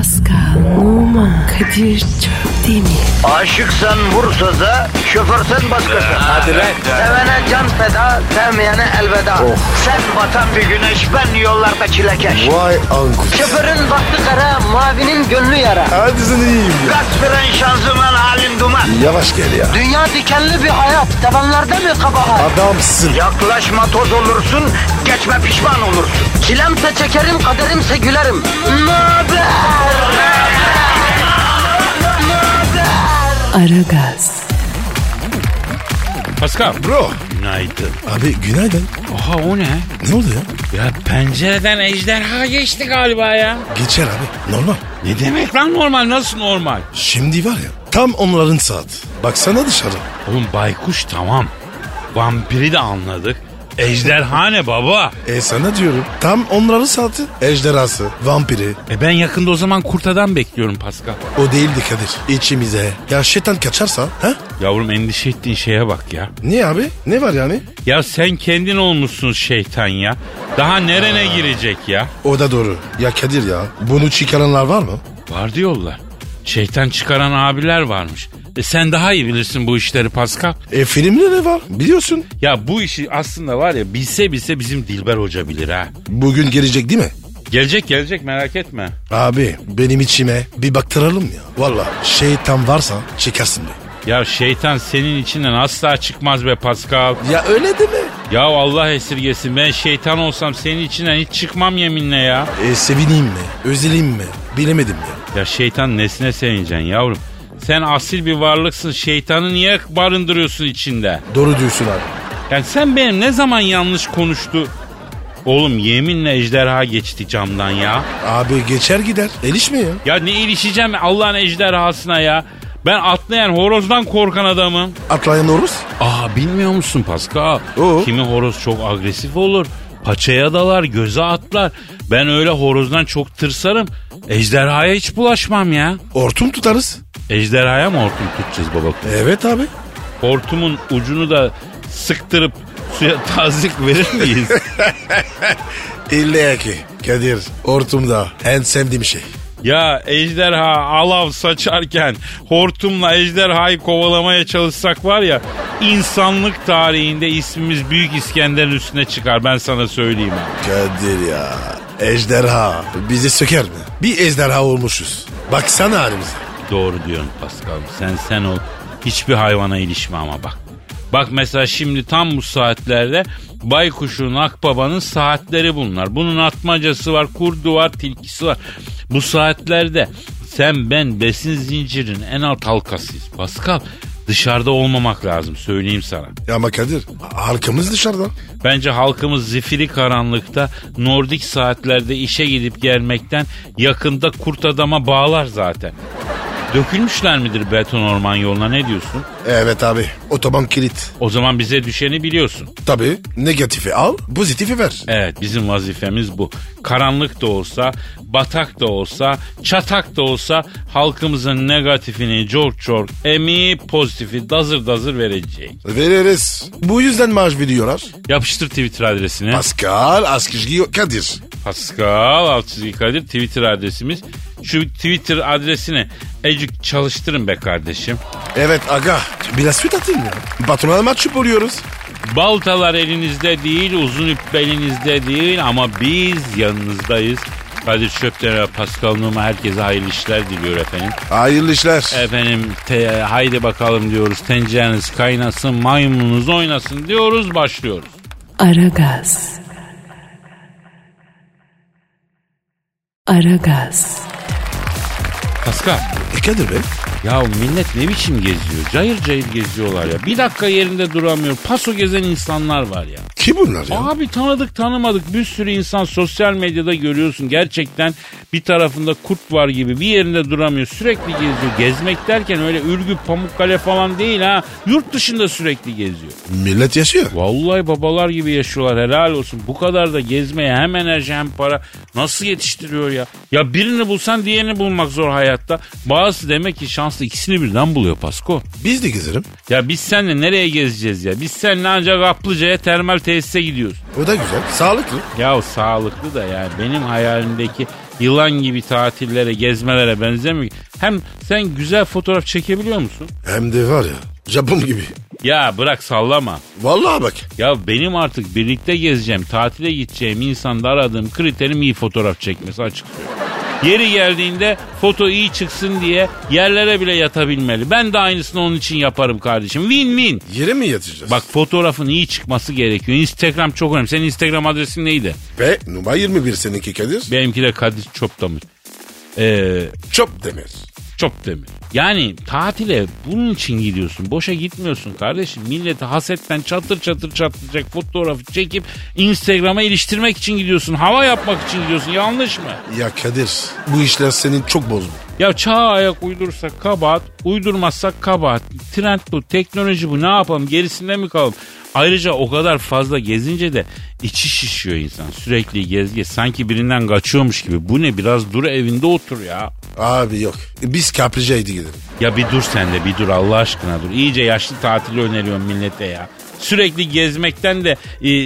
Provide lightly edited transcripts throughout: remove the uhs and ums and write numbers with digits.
Pascal, Oman, Kadir çok değil mi? Aşıksan vursa da, şoförsen başkasın. Hadi lan. Sevene can feda, sevmeyene elveda. Sen batan bir güneş, ben yollarda çilekeş. Vay anku. Şoförün baktı kara, mavinin gönlü yara. Hadi sen iyiyim ya. Kasperen şanzıman halin duman. Yavaş gel ya. Dünya dikenli bir hayat, sevenlerde mi kabahar? Adamsın. Yaklaşma toz olursun, geçme pişman olursun. Çilemse çekerim, kaderimse gülerim. Möber! Aragaz, Pascal. Bro. Günaydın. Abi günaydın. Oha o ne? Ne oldu ya? Ya pencereden ejderha geçti galiba ya. Geçer abi. Normal. Ne demek lan normal? Nasıl normal? Şimdi var ya. Tam onların saat. Baksana dışarı. Oğlum baykuş tamam. Vampiri de anladık. Ejderha ne baba? Sana diyorum. Tam onların saati. Ejderhası, vampiri. Ben yakında o zaman kurt adam bekliyorum Pascal. O değildi Kadir. İçimize. Ya şeytan kaçarsa. Ha? Yavrum endişe ettiğin şeye bak ya. Niye abi? Ne var yani? Ya sen kendin olmuşsun şeytan ya. Daha nerene girecek ya? O da doğru. Ya Kadir ya. Bunu çıkaranlar var mı? Var diyorlar. Şeytan çıkaran abiler varmış. Sen daha iyi bilirsin bu işleri Pascal. Filmde ne var? Biliyorsun. Ya bu işi aslında var ya bilse bizim Dilber Hoca bilir ha. Bugün gelecek değil mi? Gelecek merak etme. Abi benim içime bir baktıralım ya. Valla şeytan varsa çıkarsın be. Ya şeytan senin içinden asla çıkmaz be Pascal. Ya öyle deme. Ya Allah esirgesin, ben şeytan olsam senin içinden hiç çıkmam yeminle ya. Sevineyim mi? Üzüleyim mi? Bilemedim ya. Ya şeytan nesine sevineceksin yavrum? Sen asil bir varlıksın, şeytanı niye barındırıyorsun içinde? Doğru diyorsun abi. Yani sen benim ne zaman yanlış konuştu? Oğlum yeminle ejderha geçti camdan ya. Abi geçer gider. Erişme ya. Ya ne ilişeceğim Allah'ın ejderhasına ya? Ben atlayan horozdan korkan adamım. Atlayan Oruz? Bilmiyor musun Pascal? Oo. Kimi horoz çok agresif olur. Paçaya dalar, göze atlar. Ben öyle horozdan çok tırsarım. Ejderhaya hiç bulaşmam ya. Hortum tutarız. Ejderhaya mı hortum tutacağız baba? Evet abi. Hortumun ucunu da sıktırıp suya tazik verir miyiz? İlla ki. Kadir hortumda en sevdiğim şey. Ya ejderha alav saçarken hortumla ejderhayı kovalamaya çalışsak var ya, insanlık tarihinde ismimiz Büyük İskender'in üstüne çıkar, ben sana söyleyeyim. Kadir ya. Ejderha bizi söker mi? Bir ejderha olmuşuz. Baksana halimize. Doğru diyorsun Pascal, sen ol, hiçbir hayvana ilişme ama bak. Bak mesela şimdi tam bu saatlerde baykuşun, akbabanın saatleri bunlar. Bunun atmacası var, kurdu var, tilkisi var. Bu saatlerde sen ben besin zincirinin en alt halkasıyız Pascal. Dışarıda olmamak lazım, söyleyeyim sana. Ya ama Kadir halkımız dışarıda. Bence halkımız zifiri karanlıkta Nordik saatlerde işe gidip gelmekten yakında kurt adama bağlar zaten. Dökülmüşler midir beton orman yoluna, ne diyorsun? Evet abi otoban kilit. O zaman bize düşeni biliyorsun. Tabii negatifi al pozitifi ver. Evet, bizim vazifemiz bu. Karanlık da olsa, batak da olsa, çatak da olsa halkımızın negatifini çok emip pozitifi dazır vereceğiz. Veririz. Bu yüzden maaş veriyorlar. Yapıştır Twitter adresini. Pascal Askışgi Kadir. Pascal Altçizgi Kadir Twitter adresimiz. Şu Twitter adresini ecik çalıştırın be kardeşim. Evet aga biraz süt atayım ya. Patronal mahcup oluyoruz. Baltalar elinizde değil, uzun ip belinizde değil ama biz yanınızdayız. Kadir Çöpten ve Pascal Numa herkese hayırlı işler diliyor efendim. Hayırlı işler. Efendim haydi bakalım diyoruz, tencereniz kaynasın, maymununuz oynasın diyoruz, başlıyoruz. Aragaz. Aragaz. Pascal. Kadir Bey. Ya millet ne biçim geziyor? Cayır cayır geziyorlar ya. Bir dakika yerinde duramıyor. Paso gezen insanlar var ya. Kim bunlar ya? Abi tanıdık tanımadık bir sürü insan sosyal medyada görüyorsun. Gerçekten bir tarafında kurt var gibi, bir yerinde duramıyor. Sürekli geziyor. Gezmek derken öyle Ürgüp, Pamukkale falan değil ha. Yurt dışında sürekli geziyor. Millet yaşıyor. Vallahi babalar gibi yaşıyorlar, helal olsun. Bu kadar da gezmeye hem enerji hem para nasıl yetiştiriyor ya? Ya birini bulsan diğerini bulmak zor hayatta. Bazısı demek ki şanslı, ikisini birden buluyor Pasko. Biz de gezerim. Ya biz seninle nereye gezeceğiz ya? Biz seninle ancak Kaplıca'ya termal tesise gidiyoruz. O da güzel. Sağlıklı. Ya sağlıklı da yani benim hayalimdeki yılan gibi tatillere, gezmelere benzemiyor. Hem sen güzel fotoğraf çekebiliyor musun? Hem de var ya Japon gibi. Ya bırak sallama. Vallahi bak. Ya benim artık birlikte gezeceğim, tatile gideceğim insanda aradığım kriterim iyi fotoğraf çekmesi, açık söyleyeyim. Yeri geldiğinde foto iyi çıksın diye yerlere bile yatabilmeli. Ben de aynısını onun için yaparım kardeşim. Win-win. Yere mi yatacağız? Bak fotoğrafın iyi çıkması gerekiyor. Instagram çok önemli. Senin Instagram adresin neydi? Ve numara 21 seninki Kadir. Benimki de Kadir Çopdemir. Çok demir. Çopdemir. Yani tatile bunun için gidiyorsun. Boşa gitmiyorsun kardeşim. Milleti hasetten çatır çatır çatlayacak fotoğrafı çekip Instagram'a iliştirmek için gidiyorsun. Hava yapmak için gidiyorsun. Yanlış mı? Ya Kadir bu işler senin çok bozdu. Ya çağa ayak uydursak kabahat, uydurmazsak kabahat. Trend bu, teknoloji bu. Ne yapalım? Gerisinde mi kalalım? Ayrıca o kadar fazla gezince de içi şişiyor insan. Sürekli gez. Sanki birinden kaçıyormuş gibi. Bu ne? Biraz dur evinde otur ya. Abi yok. Biz Kaplıca'ydı gidelim. Ya bir dur sen de bir dur Allah aşkına dur. İyice yaşlı tatili öneriyorum millete ya. Sürekli gezmekten de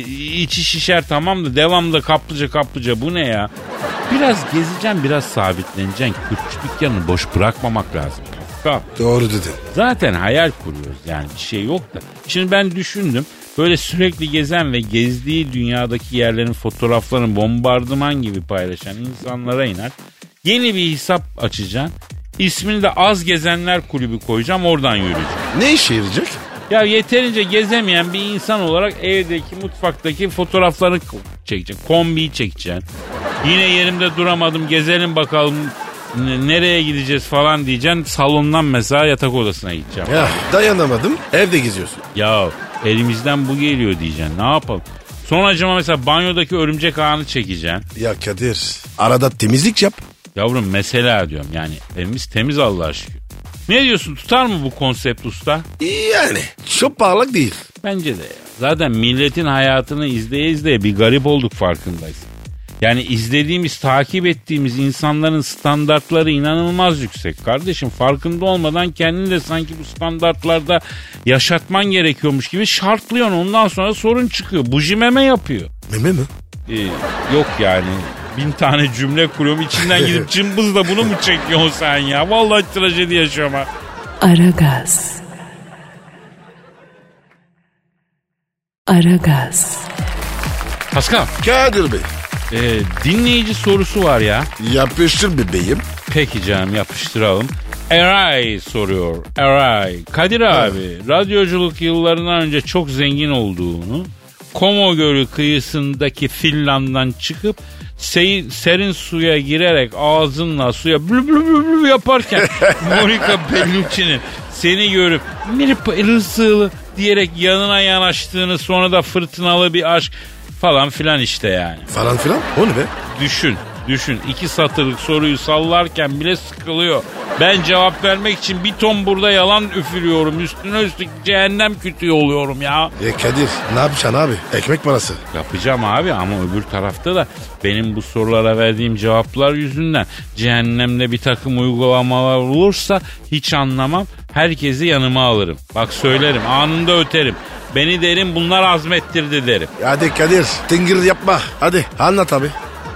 içi şişer tamam da devamlı kaplıca bu ne ya? Biraz gezeceksin biraz sabitleneceksin. Küçük dükkanı boş bırakmamak lazım. Doğru dedin. Zaten hayal kuruyoruz yani bir şey yok da. Şimdi ben düşündüm. Böyle sürekli gezen ve gezdiği dünyadaki yerlerin fotoğraflarını bombardıman gibi paylaşan insanlara iner. Yeni bir hesap açacaksın. İsmini de Az Gezenler Kulübü koyacağım, oradan yürüyeceğim. Ne işe yarayacak? Ya yeterince gezemeyen bir insan olarak evdeki, mutfaktaki fotoğraflarını çekeceksin. Kombiyi çekeceksin. Yine yerimde duramadım, gezelim bakalım nereye gideceğiz falan diyeceksin. Salondan mesela yatak odasına gideceğim. Ya dayanamadım, evde geziyorsun. Ya elimizden bu geliyor diyeceksin. Ne yapalım? Sonracıma mesela banyodaki örümcek ağını çekeceksin. Ya Kadir, arada temizlik yap. Yavrum mesela diyorum yani evimiz temiz Allah'a şükür. Ne diyorsun, tutar mı bu konsept usta? Yani çok pahalı değil. Bence de ya. Zaten milletin hayatını izleye bir garip olduk, farkındayız. Yani izlediğimiz, takip ettiğimiz insanların standartları inanılmaz yüksek. Kardeşim farkında olmadan kendini de sanki bu standartlarda yaşatman gerekiyormuş gibi şartlıyorsun. Ondan sonra sorun çıkıyor. Buji meme yapıyor. Meme mi? Yok yani 1000 tane cümle kuruyorum. İçinden gidip cımbızla bunu mu çekiyorsun sen ya? Vallahi trajedi yaşıyorum ha. Aragaz. Aragaz. Pascal. Kadir Bey. Dinleyici sorusu var ya. Yapıştır bebeğim. Peki canım, yapıştıralım. Eray soruyor. Eray. Kadir abi, radyoculuk yıllarından önce çok zengin olduğunu, Como Gölü kıyısındaki Finland'dan çıkıp serin suya girerek ağzınla suya blü blü blü blü yaparken Monica Bellucci'nin seni görüp Mirpa Irısılı diyerek yanına yanaştığını, sonra da fırtınalı bir aşk falan filan işte yani. Falan filan? O ne be? Düşün. 2 satırlık soruyu sallarken bile sıkılıyor. Ben cevap vermek için bir ton burada yalan üfürüyorum. Üstüne üstlük cehennem kütüğü oluyorum ya. Kadir ne yapacaksın abi? Ekmek parası. Yapacağım abi ama öbür tarafta da benim bu sorulara verdiğim cevaplar yüzünden cehennemde bir takım uygulamalar olursa hiç anlamam. Herkesi yanıma alırım. Bak söylerim, anında öterim. Beni derim bunlar azmettirdi derim. Hadi Kadir tıngır yapma. Hadi anlat abi.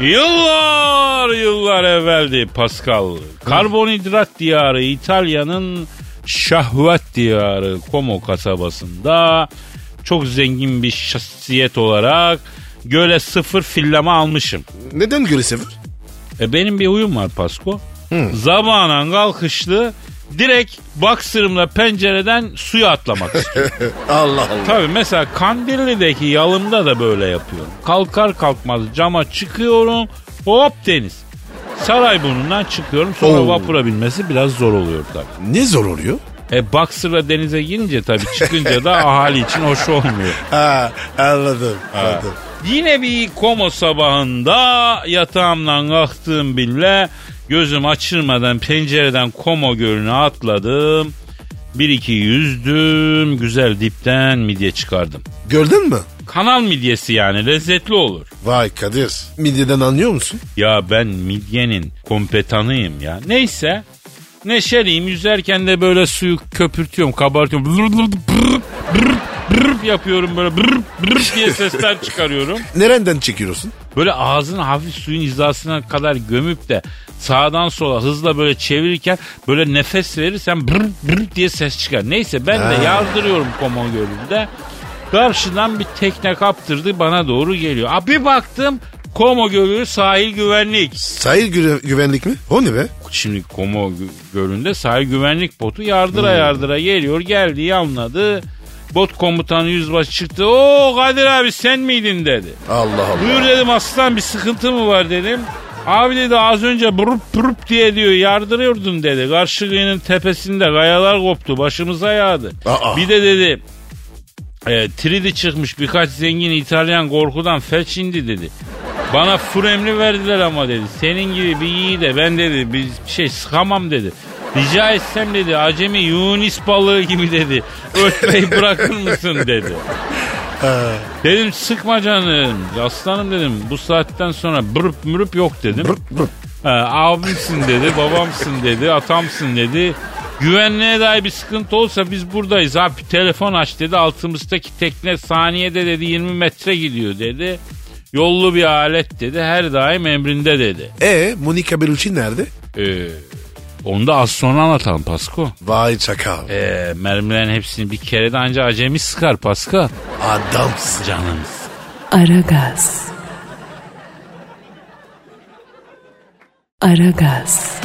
Yıllar evveldi Pascal. Karbonhidrat diyarı İtalya'nın şahvet diyarı Como kasabasında çok zengin bir şahsiyet olarak göle 0 fillama almışım. Neden göle 0? Benim bir huyum var Pasko. Zabanan kalkışlı direkt boxer'ımla pencereden suya atlamak istiyorum. Allah Allah. Tabii mesela Kandilli'deki yalımda da böyle yapıyorum. Kalkar kalkmaz cama çıkıyorum, hop deniz. Sarayburnu'ndan çıkıyorum, sonra vapura binmesi biraz zor oluyor tabii. Ne zor oluyor? Boxer'la denize girince tabii çıkınca da ahali için hoş olmuyor. Anladım. Yine bir Como sabahında yatağımdan kalktığım bile gözüm açılmadan pencereden Como Gölü'ne atladım. 1-2 yüzdüm, güzel dipten midye çıkardım. Gördün mü? Kanal midyesi yani, lezzetli olur. Vay Kadir, midyeden anlıyor musun? Ya ben midyenin kompetanıyım ya. Neyse, neşeliyim, yüzerken de böyle suyu köpürtüyorum, kabartıyorum. brrp yapıyorum böyle brrp diye sesler çıkarıyorum. Nereden çekiyorsun? Böyle ağzını hafif suyun hizasına kadar gömüp de sağdan sola hızla böyle çevirirken böyle nefes verirsen brrp diye ses çıkar. Neyse ben de yardırıyorum Como Gölü'nde. Karşıdan bir tekne kaptırdı bana doğru geliyor. Bir baktım Como Gölü sahil güvenlik. Sahil güvenlik mi? O ne be? Şimdi Como Gölü'nde sahil güvenlik botu yardıra geliyor. Geldiği anladı. Bot komutanı yüzbaşı çıktı. Oo Kadir abi sen miydin dedi. Allah Allah. Buyur dedim aslan bir sıkıntı mı var dedim. Abi dedi az önce burup diye diyor yardırıyordun dedi. Karşı kıyının tepesinde kayalar koptu başımıza yağdı. Bir de dedi tridi çıkmış birkaç zengin İtalyan korkudan felç indi dedi. Bana fur emri verdiler ama dedi. Senin gibi bir yiğide ben dedi bir şey sıkamam dedi. Rica etsem dedi acemi Yunis balığı gibi dedi. Ötmeyi bırakır mısın dedi. Dedim sıkma canım. Aslanım dedim bu saatten sonra mürüp yok dedim. Abimsin dedi babamsın dedi atamsın dedi. Güvenliğe dair bir sıkıntı olsa biz buradayız. Abi telefon aç dedi altımızdaki tekne saniyede dedi 20 metre gidiyor dedi. Yollu bir alet dedi her daim emrinde dedi. Monica Bellucci nerede? Onu da az sonra anlatalım Pasko. Vay çakal. Mermilerin hepsini bir kerede anca acemi sıkar Pasko. Adamsın. Canımız. Aragaz. Aragaz.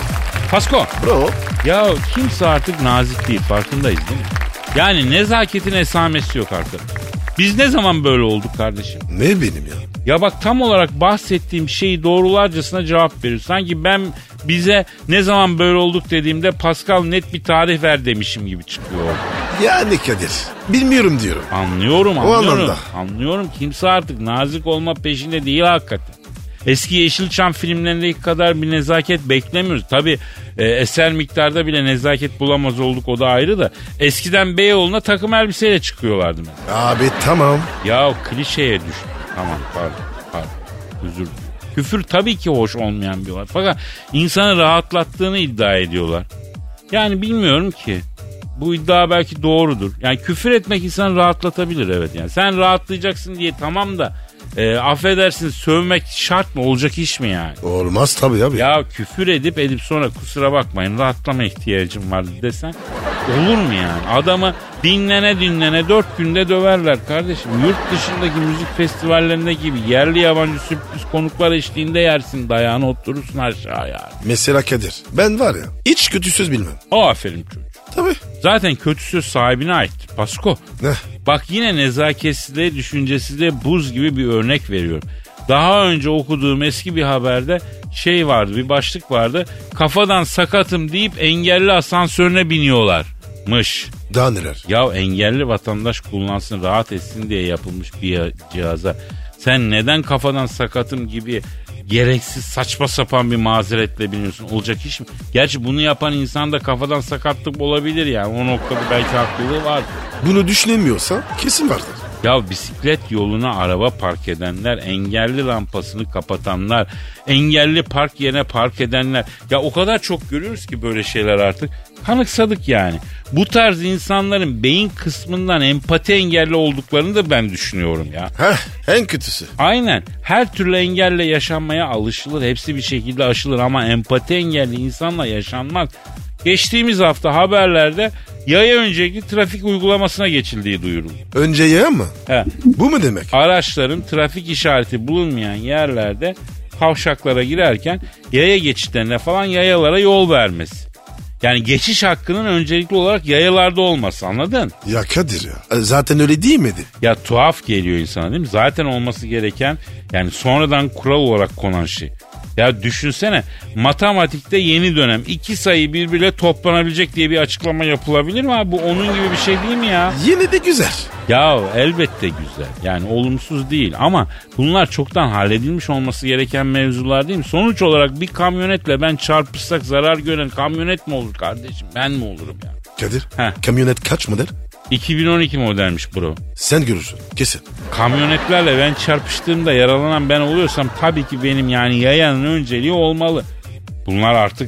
Pasko. Bro. Ya kimse artık nazik değil farkındayız değil mi? Yani nezaketin esamesi yok artık. Biz ne zaman böyle olduk kardeşim? Ne benim ya? Ya bak tam olarak bahsettiğim şeyi doğrularcasına cevap veriyor. Sanki ben bize ne zaman böyle olduk dediğimde Pascal net bir tarih ver demişim gibi çıkıyor. Yani Kadir bilmiyorum diyorum. Anlıyorum. O anlamda. Anlıyorum kimse artık nazik olma peşinde değil hakikaten. Eski Yeşilçam filmlerindeki kadar bir nezaket beklemiyoruz. Tabii eser miktarda bile nezaket bulamaz olduk o da ayrı da. Eskiden Beyoğlu'na takım elbiseyle çıkıyorlardı mesela. Abi tamam. Ya klişeye düştük. Tamam pardon. Özür dilerim. Küfür tabii ki hoş olmayan bir olay. Fakat insanı rahatlattığını iddia ediyorlar. Yani bilmiyorum ki. Bu iddia belki doğrudur. Yani küfür etmek insanı rahatlatabilir evet yani. Sen rahatlayacaksın diye tamam da affedersin sövmek şart mı? Olacak iş mi yani? Olmaz tabii abi. Ya küfür edip sonra kusura bakmayın rahatlama ihtiyacım var desen olur mu yani? Adamı dinlene 4 günde döverler kardeşim. Yurt dışındaki müzik festivallerinde gibi yerli yabancı sürpriz konuklar eşliğinde yersin dayağını oturursun aşağıya. Mesela Kadir ben var ya hiç kötü söz bilmem. Aferin çocuk. Tabii. Zaten kötü söz sahibine aittir Pasko. Ne? Bak yine nezaketsizliğe, düşüncesizliğe buz gibi bir örnek veriyorum. Daha önce okuduğum eski bir haberde şey vardı, bir başlık vardı. Kafadan sakatım deyip engelli asansörüne biniyorlarmış. Daha neler? Ya engelli vatandaş kullansın, rahat etsin diye yapılmış bir cihaza. Sen neden kafadan sakatım gibi gereksiz saçma sapan bir mazeretle biniyorsun? Olacak iş mi? Gerçi bunu yapan insan da kafadan sakatlık olabilir yani. O noktada belki haklılığı var. Bunu düşünemiyorsa kesin vardır. Ya bisiklet yoluna araba park edenler, engelli rampasını kapatanlar, engelli park yerine park edenler. Ya o kadar çok görüyoruz ki böyle şeyler artık. Kanıksadık yani. Bu tarz insanların beyin kısmından empati engelli olduklarını da ben düşünüyorum ya. En kötüsü. Aynen. Her türlü engelle yaşanmaya alışılır. Hepsi bir şekilde aşılır ama empati engelli insanla yaşanmaz. Geçtiğimiz hafta haberlerde yaya öncelikli trafik uygulamasına geçildiği duyuruldu. Önce yaya mı? He. Bu mu demek? Araçların trafik işareti bulunmayan yerlerde kavşaklara girerken yaya geçitlerine falan yayalara yol vermesi. Yani geçiş hakkının öncelikli olarak yayalarda olması, anladın? Ya Kadir ya zaten öyle değil miydi? Ya tuhaf geliyor insana değil mi? Zaten olması gereken yani sonradan kural olarak konan şey. Ya düşünsene matematikte yeni dönem 2 sayı birbirine toplanabilecek diye bir açıklama yapılabilir mi abi? Bu onun gibi bir şey değil mi ya? Yine de güzel. Ya elbette güzel. Yani olumsuz değil ama bunlar çoktan halledilmiş olması gereken mevzular değil mi? Sonuç olarak bir kamyonetle ben çarpışsak zarar gören kamyonet mi olur kardeşim? Ben mi olurum ya? Kadir kamyonet kaç model? 2012 modelmiş bro. Sen görürsün kesin. Kamyonetlerle ben çarpıştığımda yaralanan ben oluyorsam tabii ki benim yani yayanın önceliği olmalı. Bunlar artık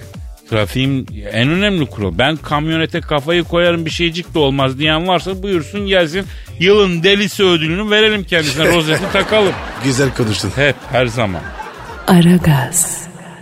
Trafiğin en önemli kuralı. Ben kamyonete kafayı koyarım bir şeycik de olmaz diyen varsa buyursun gelsin. Yılın delisi ödülünü verelim kendisine. Rozeti takalım. Güzel konuştun. Hep her zaman. Aragaz.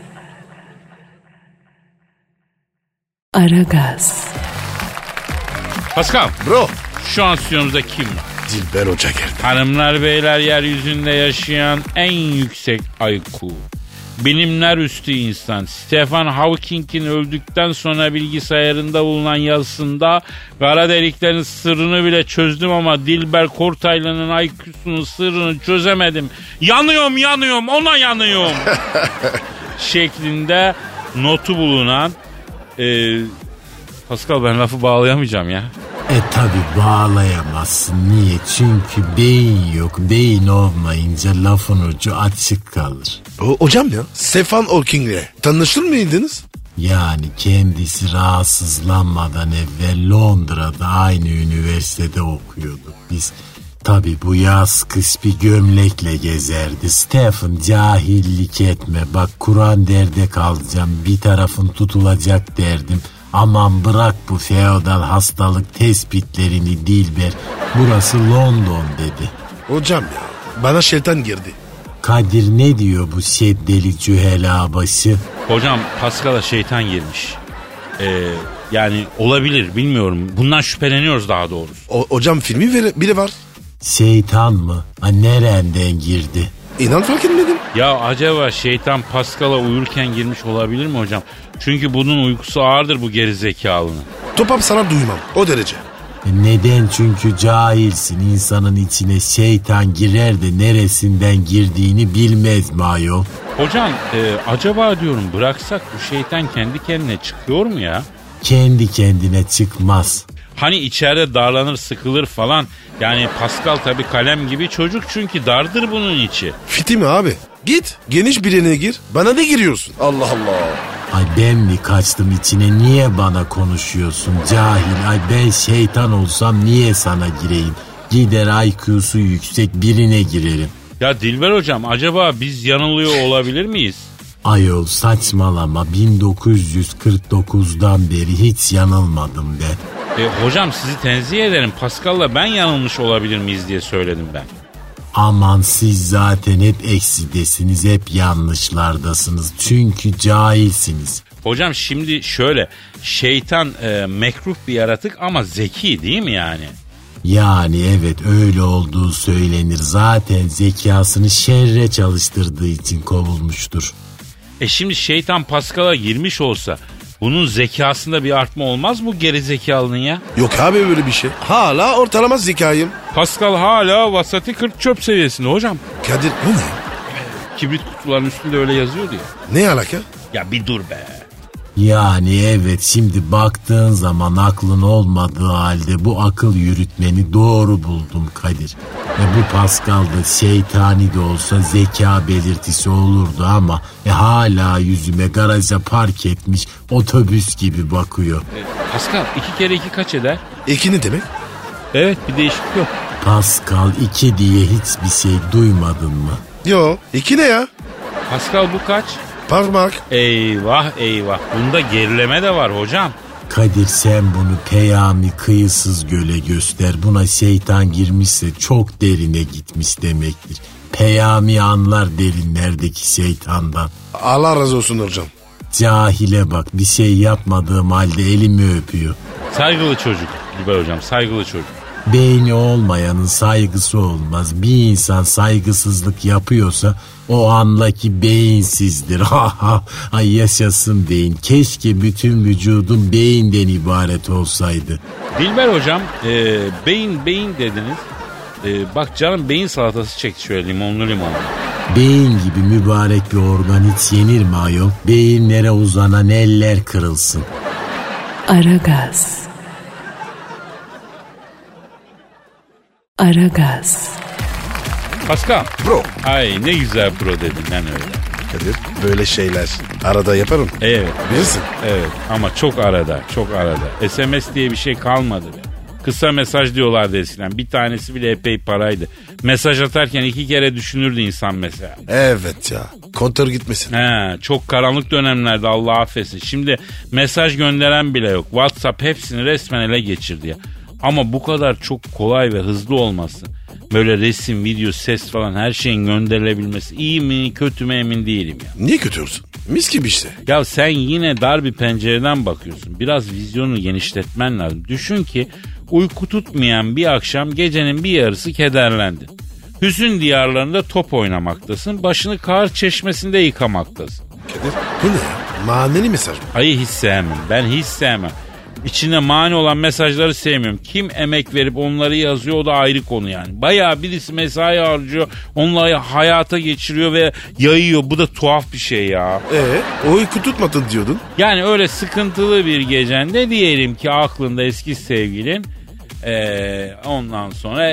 Aragaz. Pascal, Bro. şu an stüdyomuzda kim var? Dilber Hoca geldi. Hanımlar beyler, yeryüzünde yaşayan en yüksek IQ. Bilimler üstü insan. Stephen Hawking'in öldükten sonra bilgisayarında bulunan yazısında kara deliklerin sırrını bile çözdüm ama Dilber Kortaylı'nın IQ'sunun sırrını çözemedim. Yanıyorum ona yanıyorum. şeklinde notu bulunan Pascal, ben lafı bağlayamayacağım ya. Tabi bağlayamazsın. Niye? Çünkü beyin yok. Beyin olmayınca lafın ucu açık kalır. Hocam ya Stephen Hawking'le tanışır mıydınız? Yani kendisi rahatsızlanmadan evvel Londra'da aynı üniversitede okuyorduk biz. Tabi bu yaz kış bir gömlekle gezerdi. Stephen cahillik etme. Bak Kur'an derde kalacağım. Bir tarafın tutulacak derdim. Aman bırak bu feodal hastalık tespitlerini Dilber. Burası London dedi. Hocam ya bana şeytan girdi. Kadir ne diyor bu şeddeli cühela başı? Hocam Pascal'a şeytan girmiş. Yani olabilir, bilmiyorum. Bundan şüpheleniyoruz daha doğrusu. Hocam filmi biri var. Şeytan mı? Nereden girdi? İnan fark etmedim. Ya acaba şeytan Pascal'a uyurken girmiş olabilir mi hocam? Çünkü bunun uykusu ağırdır bu gerizekalının. Topam sana duymam o derece. Neden? Çünkü cahilsin. İnsanın içine şeytan girer de neresinden girdiğini bilmez mi ayol? Hocam acaba diyorum bıraksak bu şeytan kendi kendine çıkıyor mu ya? Kendi kendine çıkmaz. Hani içeride darlanır sıkılır falan. Yani Pascal tabii kalem gibi çocuk çünkü dardır bunun içi. Fiti mi abi? Git geniş birine gir. Bana ne giriyorsun? Allah Allah. Ay ben mi kaçtım içine, niye bana konuşuyorsun cahil? Ay ben şeytan olsam niye sana gireyim? Gider IQ'su yüksek birine girerim. Ya Dilber hocam acaba biz yanılıyor olabilir miyiz? Ayol saçmalama, 1949'dan beri hiç yanılmadım ben. Hocam sizi tenzih ederim. Pascal'la ben yanılmış olabilir miyiz diye söyledim ben. Aman siz zaten hep eksidesiniz, hep yanlışlardasınız. Çünkü cahilsiniz. Hocam şimdi şöyle, şeytan mekruh bir yaratık ama zeki değil mi yani? Yani evet öyle olduğu söylenir. Zaten zekasını şerre çalıştırdığı için kovulmuştur. Şimdi şeytan Pascal'a girmiş olsa bunun zekasında bir artma olmaz mı gerizekalının ya? Yok abi böyle bir şey. Hala ortalama zekayım. Pascal hala vasati 40 çöp seviyesinde hocam. Kadir bu ne? Kibrit kutularının üstünde öyle yazıyordu ya. Ne alaka? Ya bir dur be. Yani evet, şimdi baktığın zaman aklın olmadığı halde bu akıl yürütmeni doğru buldum Kadir. Bu Pascal'da şeytani de olsa zeka belirtisi olurdu ama hala yüzüme garaja park etmiş otobüs gibi bakıyor. Pascal 2 kere 2 kaç eder? 2 ne demek? Evet, bir değişiklik yok. Pascal 2 diye hiçbir şey duymadın mı? Yo 2 ne ya? Pascal bu kaç? Parmak. Eyvah eyvah. Bunda gerileme de var hocam. Kadir sen bunu Peyami kıyısız göle göster. Buna şeytan girmişse çok derine gitmiş demektir. Peyami anlar derinlerdeki şeytandan. Allah razı olsun hocam. Cahile bak, bir şey yapmadığım halde elimi öpüyor. Saygılı çocuk Dilber hocam, saygılı çocuk. Beyni olmayanın saygısı olmaz. Bir insan saygısızlık yapıyorsa o andaki beyinsizdir. Ay yaşasın beyin. Keşke bütün vücudum beyinden ibaret olsaydı. Dilber hocam beyin dediniz. Bak canım beyin salatası çekti şöyle limonlu. Beyin gibi mübarek bir organ hiç yenir mi ayol? Beyinlere uzanan eller kırılsın. Aragaz. Aragaz. Pascal. Bro. Ay ne güzel bro dedin lan öyle. Kadir böyle şeyler arada yaparım. Evet. Bilirsin. Evet ama çok arada. SMS diye bir şey kalmadı be. Kısa mesaj diyorlardı eskiden. Bir tanesi bile epey paraydı. Mesaj atarken 2 kere düşünürdü insan mesela. Evet ya. Kontör gitmesin. He, çok karanlık dönemlerde Allah affetsin. Şimdi mesaj gönderen bile yok. WhatsApp hepsini resmen ele geçirdi ya. Ama bu kadar çok kolay ve hızlı olması, böyle resim, video, ses falan her şeyin gönderilebilmesi iyi mi kötü mü emin değilim ya. Niye kötü olsun? Mis gibi işte. Ya sen yine dar bir pencereden bakıyorsun. Biraz vizyonu genişletmen lazım. Düşün ki uyku tutmayan bir akşam gecenin bir yarısı kederlendin. Hüzün diyarlarında top oynamaktasın. Başını kar çeşmesinde yıkamaktasın. Kadir bu ne ya? Maneli mesaj mı? Hayır hiç sevmem. Ben hiç sevmem. İçinde mani olan mesajları sevmiyorum. Kim emek verip onları yazıyor o da ayrı konu yani. Bayağı birisi mesai harcıyor. Onları hayata geçiriyor ve yayıyor. Bu da tuhaf bir şey ya. Uyku tutmadın diyordun. Yani öyle sıkıntılı bir gecende diyelim ki aklında eski sevgilin ondan sonra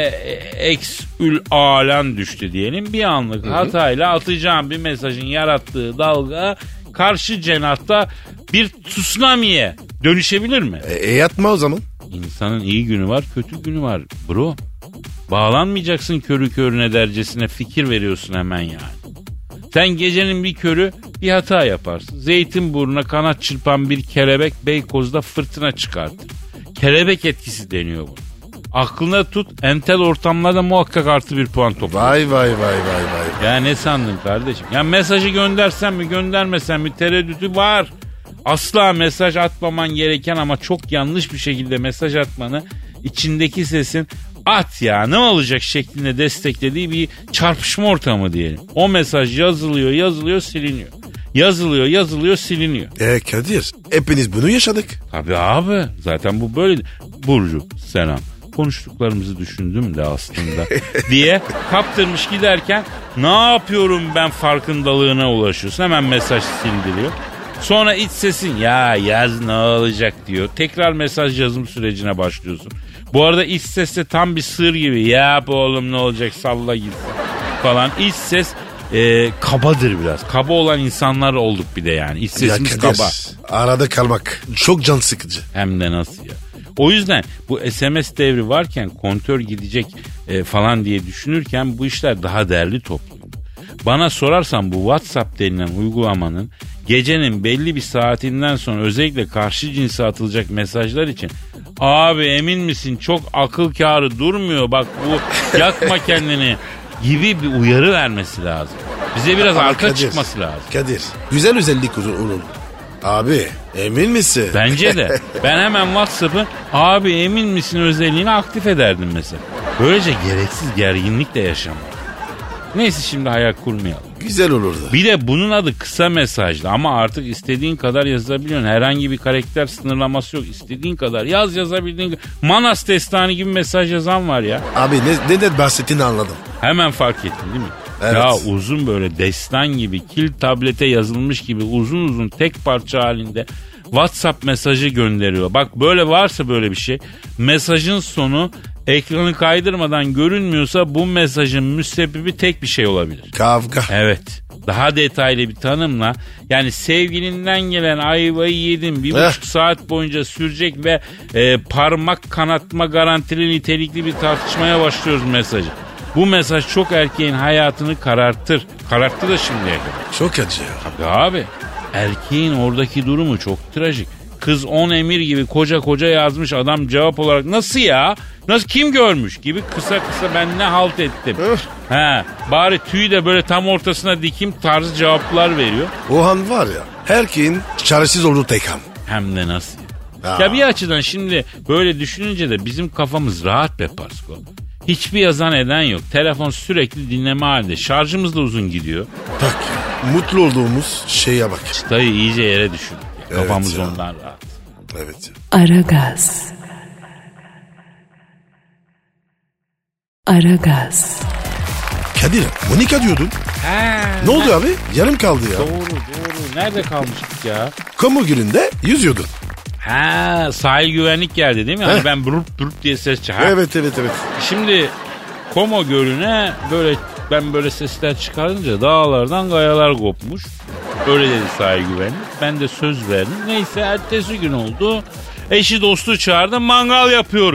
eksül alem düştü diyelim. Bir anlık hatayla atacağım bir mesajın yarattığı dalga karşı cenahta bir tsunami'ye dönüşebilir mi? Yatma o zaman. İnsanın iyi günü var, kötü günü var bro. Bağlanmayacaksın körü körüne dercesine fikir veriyorsun hemen yani. Sen gecenin bir körü bir hata yaparsın. Zeytinburnu'na kanat çırpan bir kelebek Beykoz'da fırtına çıkartır. Kelebek etkisi deniyor bu. Aklına tut, entel ortamlarda muhakkak artı bir puan topla. Vay. Ya ne sandın kardeşim? Ya mesajı göndersen mi göndermesen mi tereddütü var. Asla mesaj atmaman gereken ama çok yanlış bir şekilde mesaj atmanı içindeki sesin at ya ne olacak şeklinde desteklediği bir çarpışma ortamı diyelim. O mesaj yazılıyor siliniyor. Yazılıyor siliniyor. Kadir hepiniz bunu yaşadık. Tabii abi zaten bu böyle. Burcu selam. Konuştuklarımızı düşündüm de aslında diye kaptırmış giderken ne yapıyorum ben farkındalığına ulaşıyorsun. Hemen mesaj sildiriyor. Sonra iç sesin ya yaz ne olacak diyor. Tekrar mesaj yazım sürecine başlıyorsun. Bu arada iç ses de tam bir sığır gibi. Yap oğlum ne olacak salla gitsin falan. İç ses kabadır biraz. Kaba olan insanlar olduk bir de yani. İç sesimiz Kadir, kaba. arada kalmak çok can sıkıcı. Hem de nasıl ya. O yüzden bu SMS devri varken kontör gidecek falan diye düşünürken bu işler daha değerli topluyor. Bana sorarsan bu WhatsApp denilen uygulamanın gecenin belli bir saatinden sonra özellikle karşı cinse atılacak mesajlar için abi emin misin çok akıl kârı durmuyor bak bu yakma kendini gibi bir uyarı vermesi lazım. Bize biraz arka Kadir, çıkması lazım. Kadir güzel özellik olur. Abi emin misin? Bence de. Ben hemen WhatsApp'ı abi emin misin özelliğini aktif ederdim mesela. Böylece gereksiz gerginlik de yaşamam. Neyse şimdi hayal kurmayalım. Güzel olurdu. Bir de bunun adı kısa mesajlı ama artık istediğin kadar yazabiliyorsun. Herhangi bir karakter sınırlaması yok. İstediğin kadar yazabildiğin kadar. Manas destanı gibi mesaj yazan var ya. Abi neden bahsettiğini anladım. Hemen fark ettin değil mi? Evet. Ya uzun böyle destan gibi kil tablete yazılmış gibi uzun tek parça halinde WhatsApp mesajı gönderiyor. Bak böyle varsa böyle bir şey mesajın sonu ekranı kaydırmadan görünmüyorsa bu mesajın müsebbibi tek bir şey olabilir. Kavga. Evet. Daha detaylı bir tanımla yani sevgilinden gelen ayvayı yedim 1,5 saat boyunca sürecek ve parmak kanatma garantili nitelikli bir tartışmaya başlıyoruz mesajı. Bu mesaj çok erkeğin hayatını karartır. Kararttı da şimdiye kadar. Çok acı ya. Tabii abi. Erkeğin oradaki durumu çok trajik. Kız 10 emir gibi koca yazmış adam cevap olarak nasıl ya? Nasıl kim görmüş gibi kısa ben ne halt ettim. Bari tüyü de böyle tam ortasına dikim tarzı cevaplar veriyor. O an var ya erkeğin çaresiz olduğu tek an. Hem de nasıl ya? Ya bir açıdan şimdi böyle düşününce de bizim kafamız rahat be Pasko. Hiçbir yazan eden yok. Telefon sürekli dinleme halinde. Şarjımız da uzun gidiyor. Bak ya, mutlu olduğumuz şeye bak. Çıtayı iyice yere düşürdük. Evet Kafamız ya. ondan rahat. Evet. Aragaz. Aragaz. Kadir, Monika diyordun. Ne oldu abi? Yarım kaldı ya. Doğru. Nerede kalmıştık ya? Kamu Gölü'nde yüzüyordun. Sahil güvenlik geldi değil mi? Hani ben burup diye ses çıkar. Evet. Şimdi Como Gölü'ne ben böyle sesler çıkarınca dağlardan kayalar kopmuş. Öyle dedi sahil güvenlik. Ben de söz verdim. Neyse ertesi gün oldu. Eşi dostu çağırdı mangal yapıyoruz.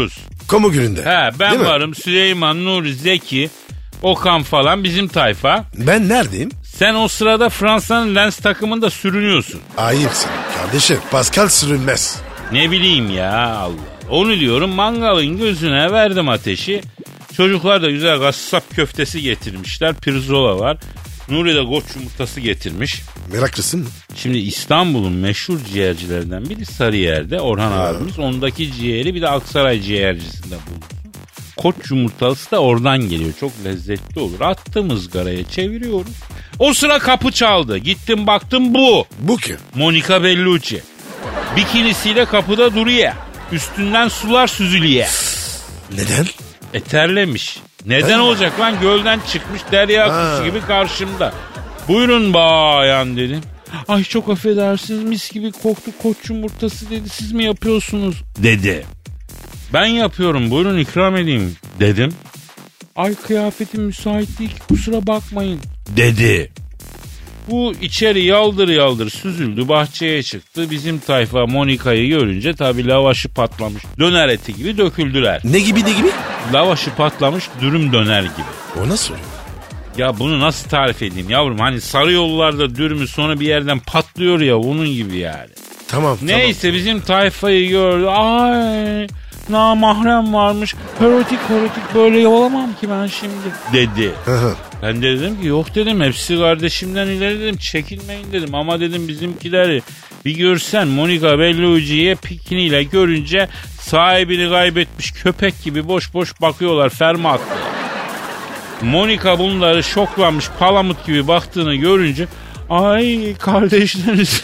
Kamu gününde. He, ben Değil mi? varım. Süleyman, Nuri, Zeki, Okan falan bizim tayfa. Ben neredeyim? Sen o sırada Fransa'nın Lens takımında sürünüyorsun. Ayıpsın kardeşim. Pascal sürünmez. Ne bileyim ya Allah. Onu diyorum, mangalın gözüne verdim ateşi. Çocuklar da güzel kasap köftesi getirmişler. Pirzola var. Nuri de koç yumurtası getirmiş. Meraklısın mı? Şimdi İstanbul'un meşhur ciğercilerinden biri Sarıyer'de. Orhan abimiz. Ondaki ciğeri bir de Aksaray ciğercisinde buldu. Koç yumurtası da oradan geliyor. Çok lezzetli olur. Attım ızgaraya, çeviriyoruz. O sıra kapı çaldı. Gittim baktım bu. Bu kim? Monica Bellucci. Bikinisiyle kapıda duruyor. Üstünden sular süzülüyor. Neden? Terlemiş. Neden olacak lan? Gölden çıkmış derya kuş gibi karşımda. Buyurun bayan dedim. Ay çok affedersiniz, mis gibi koktu koç yumurtası dedi. Siz mi yapıyorsunuz? Dedi. Ben yapıyorum, buyurun ikram edeyim dedim. Ay kıyafetim müsait değil ki, kusura bakmayın dedi. Bu içeri yaldır yaldır süzüldü, bahçeye çıktı. Bizim tayfa Monika'yı görünce tabii lavaşı patlamış döner eti gibi döküldüler. Ne gibi? Lavaşı patlamış dürüm döner gibi. O nasıl oluyor? Ya bunu nasıl tarif edeyim yavrum? Hani sarı yollarda dürümü sonra bir yerden patlıyor ya, onun gibi yani. Tamam. Neyse bizim tayfayı gördü. Ay namahrem varmış. Erotik böyle olamam ki ben şimdi dedi. Ben de dedim ki yok dedim, hepsi kardeşimden ileri dedim, çekinmeyin dedim. Ama dedim bizimkileri bir görsen Monica Bellucci'ye pikniğiyle görünce sahibini kaybetmiş köpek gibi boş boş bakıyorlar, ferma attılar. Monica bunları şoklanmış palamut gibi baktığını görünce ay kardeşleriniz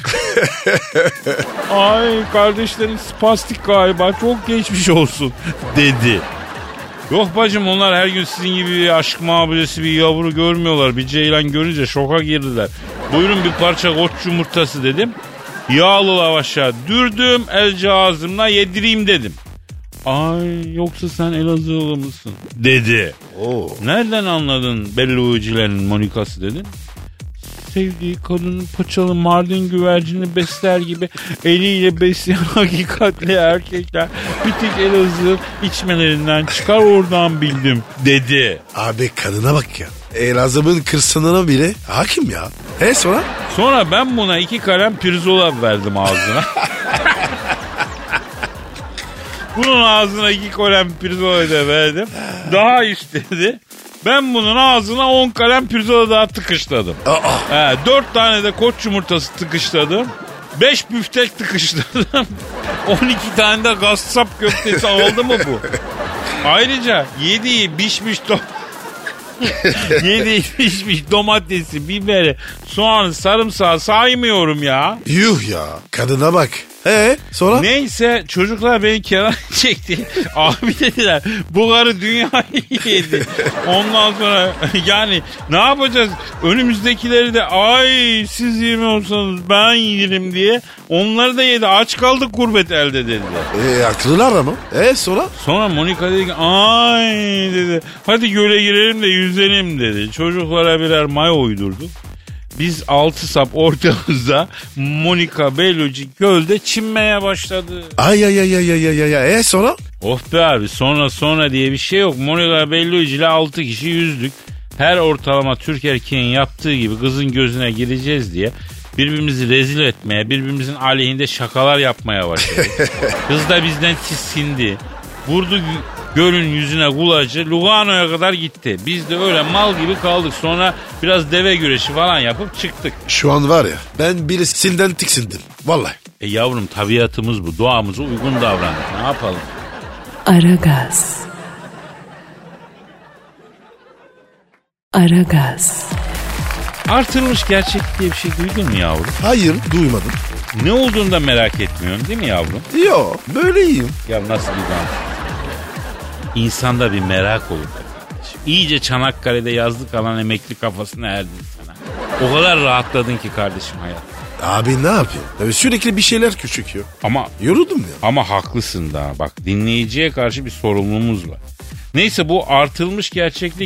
ay kardeşleriniz spastik galiba, çok geçmiş olsun dedi. Yok bacım, onlar her gün sizin gibi bir aşk muhabbesi bir yavru görmüyorlar. Bir ceylan görünce şoka girdiler. Buyurun bir parça koç yumurtası dedim. Yağlı lavaşa dürdüm, elce ağzımla yedireyim dedim. Ay yoksa sen Elazığlı mısın dedi. Nereden anladın Bellucci'lerin Monika'sı dedim. Sevdiği kadının paçalı Mardin güvercini besler gibi eliyle besleyen hakikatli erkekler bir tek Elazığ içmelerinden çıkar, oradan bildim dedi. Abi kadına bak ya. Elazığ'ın kırsanına bile hakim ya. Sonra? Sonra ben buna 2 kalem pirzola verdim ağzına. Bunun ağzına 2 kalem pirzola da verdim. Daha istedi. Ben bunun ağzına 10 kalem pirzola daha tıkışladım. 4 tane de koç yumurtası tıkışladım. 5 büftek tıkışladım. 12 tane de gassap köftesi aldı mı bu? Ayrıca yediği pişmiş domatesi, biberi, soğanı, sarımsağı saymıyorum ya. Yuh ya. Kadına bak. Sonra? Neyse çocuklar beni kenara çekti. Abi dediler bu karı dünyayı yedi. Ondan sonra yani ne yapacağız? Önümüzdekileri de ay siz yemiyorsanız ben yerim diye onları da yedi. Aç kaldık gurbet elde dediler. Haklılar ama. Sonra? Sonra Monika dedi ki ay dedi hadi göle girelim de yüzelim dedi. Çocuklara birer mayo uydurduk. Biz 6 sap ortamızda Monica Bellucci gölde çinmeye başladı. Ay. Sonra? Of be abi, sonra diye bir şey yok. Monica Bellucci ile 6 kişi yüzdük. Her ortalama Türk erkeğin yaptığı gibi kızın gözüne gireceğiz diye birbirimizi rezil etmeye, birbirimizin aleyhinde şakalar yapmaya başladık. Kız da bizden tiskindi. Vurdu gölün yüzüne kulacı, Lugano'ya kadar gitti. Biz de öyle mal gibi kaldık. Sonra biraz deve güreşi falan yapıp çıktık. Şu an var ya, ben birisinden tiksindim. Vallahi. Yavrum tabiatımız bu. Doğamıza uygun davrandık. Ne yapalım? Aragaz. Artırılmış gerçek diye bir şey duydun mu yavrum? Hayır, duymadım. Ne olduğunu da merak etmiyorsun değil mi yavrum? Yo, böyleyim. Ya nasıl bir dans? İnsanda bir merak olur. İyice Çanakkale'de yazlık alan emekli kafasına erdin sana. O kadar rahatladın ki kardeşim hayat. Abi ne yapayım? Tabii sürekli bir şeyler küçüküyor. Ama yoruldum ya. Ama haklısın da. Bak dinleyiciye karşı bir sorumluluğumuz var. Neyse bu artılmış gerçeklik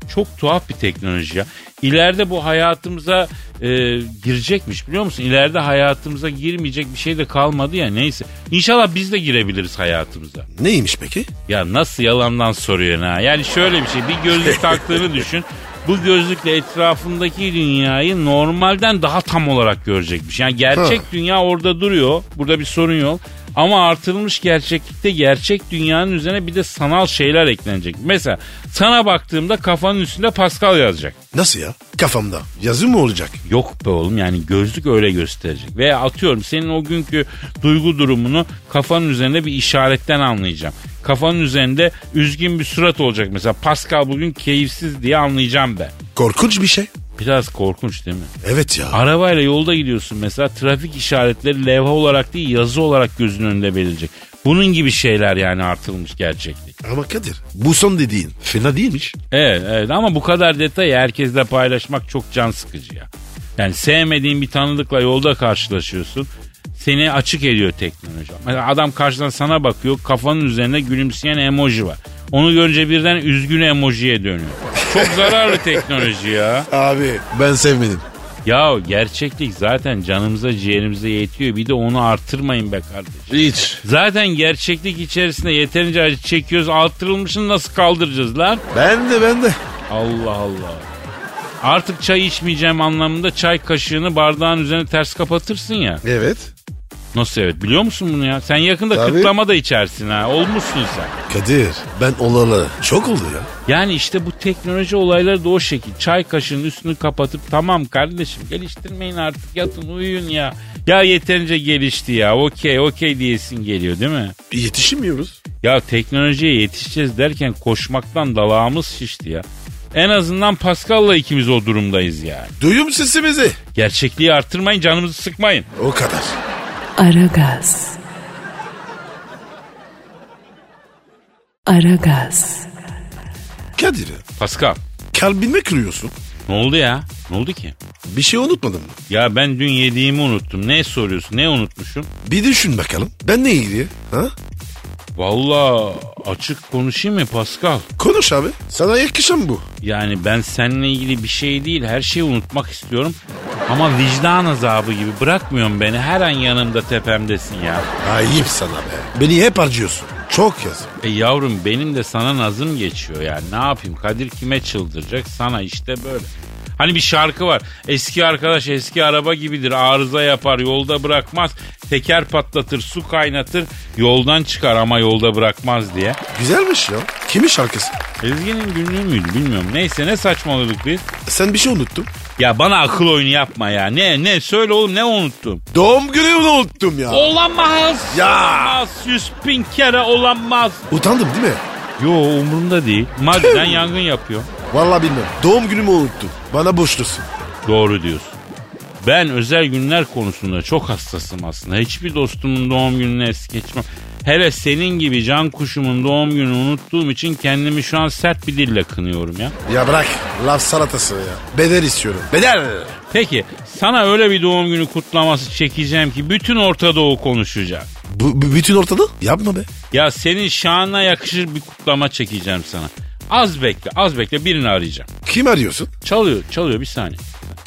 Çok tuhaf bir teknoloji ya. İleride bu hayatımıza girecekmiş biliyor musun? İleride hayatımıza girmeyecek bir şey de kalmadı ya, neyse. İnşallah biz de girebiliriz hayatımıza. Neymiş peki? Ya nasıl yalandan soruyorsun ha? Yani şöyle bir şey, bir gözlük taktığını düşün. Bu gözlükle etrafındaki dünyayı normalden daha tam olarak görecekmiş. Yani gerçek dünya orada duruyor. Burada bir sorun yok. Ama artırılmış gerçeklikte gerçek dünyanın üzerine bir de sanal şeyler eklenecek. Mesela sana baktığımda kafanın üstünde Pascal yazacak. Nasıl ya? Kafamda. Yazı mı olacak? Yok be oğlum, yani gözlük öyle gösterecek. Veya atıyorum senin o günkü duygu durumunu kafanın üzerinde bir işaretten anlayacağım. Kafanın üzerinde üzgün bir surat olacak mesela. Pascal bugün keyifsiz diye anlayacağım ben. Korkunç bir şey. Biraz korkunç değil mi? Evet ya. Arabayla yolda gidiyorsun mesela, trafik işaretleri levha olarak değil yazı olarak gözünün önünde belirecek. Bunun gibi şeyler yani artırılmış gerçeklik. Ama Kadir bu son dediğin fena değilmiş. Evet ama bu kadar detayı herkesle paylaşmak çok can sıkıcı ya. Yani sevmediğin bir tanıdıkla yolda karşılaşıyorsun. Seni açık ediyor teknoloji. Mesela adam karşıdan sana bakıyor, kafanın üzerinde gülümseyen emoji var. Onu görünce birden üzgün emojiye dönüyor. Çok zararlı teknoloji ya. Abi ben sevmedim. Ya gerçeklik zaten canımıza ciğerimize yetiyor. Bir de onu artırmayın be kardeşim. Hiç. Zaten gerçeklik içerisinde yeterince acı çekiyoruz. Artırılmışını nasıl kaldıracağız lan? Ben de. Allah Allah. Artık çay içmeyeceğim anlamında çay kaşığını bardağın üzerine ters kapatırsın ya. Evet. Nasıl evet, biliyor musun bunu ya? Sen yakında Tabii. kıtlama da içersin ha. Olmuşsun sen. Kadir ben olalı çok oldu ya. Yani işte bu teknoloji olayları da o şekil. Çay kaşığının üstünü kapatıp tamam kardeşim geliştirmeyin artık, yatın uyuyun ya. Ya yeterince gelişti ya, okey diyesin geliyor değil mi? Yetişemiyoruz. Ya teknolojiye yetişeceğiz derken koşmaktan dalağımız şişti ya. En azından Pascal'la ikimiz o durumdayız yani. Duyuyor sesimizi? Gerçekliği artırmayın, canımızı sıkmayın. O kadar. Aragaz. Kadir Pascal, kalbime kırıyorsun. ne oldu ya? Ne oldu ki? Bir şey unutmadın mı? Ya ben dün yediğimi unuttum. Ne soruyorsun? Ne unutmuşum? Bir düşün bakalım. Ben ne ilgili? Ha? Vallahi açık konuşayım mı Pascal? Konuş abi. Sana yakışan bu. Yani ben seninle ilgili bir şey değil, her şeyi unutmak istiyorum. Ama vicdan azabı gibi bırakmıyorsun beni. Her an yanımda, tepemdesin ya. Ayıp sana be. Beni hep harcıyorsun. Çok yazık. Yavrum benim de sana nazım geçiyor yani. Ne yapayım? Kadir kime çıldıracak? Sana işte böyle. Hani bir şarkı var. Eski arkadaş eski araba gibidir. Arıza yapar, yolda bırakmaz. Teker patlatır, su kaynatır. Yoldan çıkar ama yolda bırakmaz diye. Güzelmiş ya. Kimin şarkısı? Ezgi'nin günlüğü müydü bilmiyorum. Neyse, ne saçmaladık biz. Sen bir şey unuttun. Ya bana akıl oyunu yapma ya. Ne söyle oğlum, ne unuttum? Doğum günümü unuttum ya. Olamaz. Ya. Olamaz. 100.000 kere olamaz. Utandım değil mi? Yo, umurumda değil. Maddeden yangın yapıyor. Vallahi bilmem. Doğum günümü unuttum. Bana borçlusun. Doğru diyorsun. Ben özel günler konusunda çok hassasım aslında. Hiçbir dostumun doğum gününü es geçmem. Hele senin gibi can kuşumun doğum gününü unuttuğum için kendimi şu an sert bir dille kınıyorum ya. Ya bırak. Laf salatası ya. Bedel istiyorum. Bedel. Peki sana öyle bir doğum günü kutlaması çekeceğim ki bütün Orta Doğu konuşacak. Bütün ortada? Yapma be. Ya senin şanına yakışır bir kutlama çekeceğim sana. Az bekle birini arayacağım. Kim arıyorsun? Çalıyor bir saniye.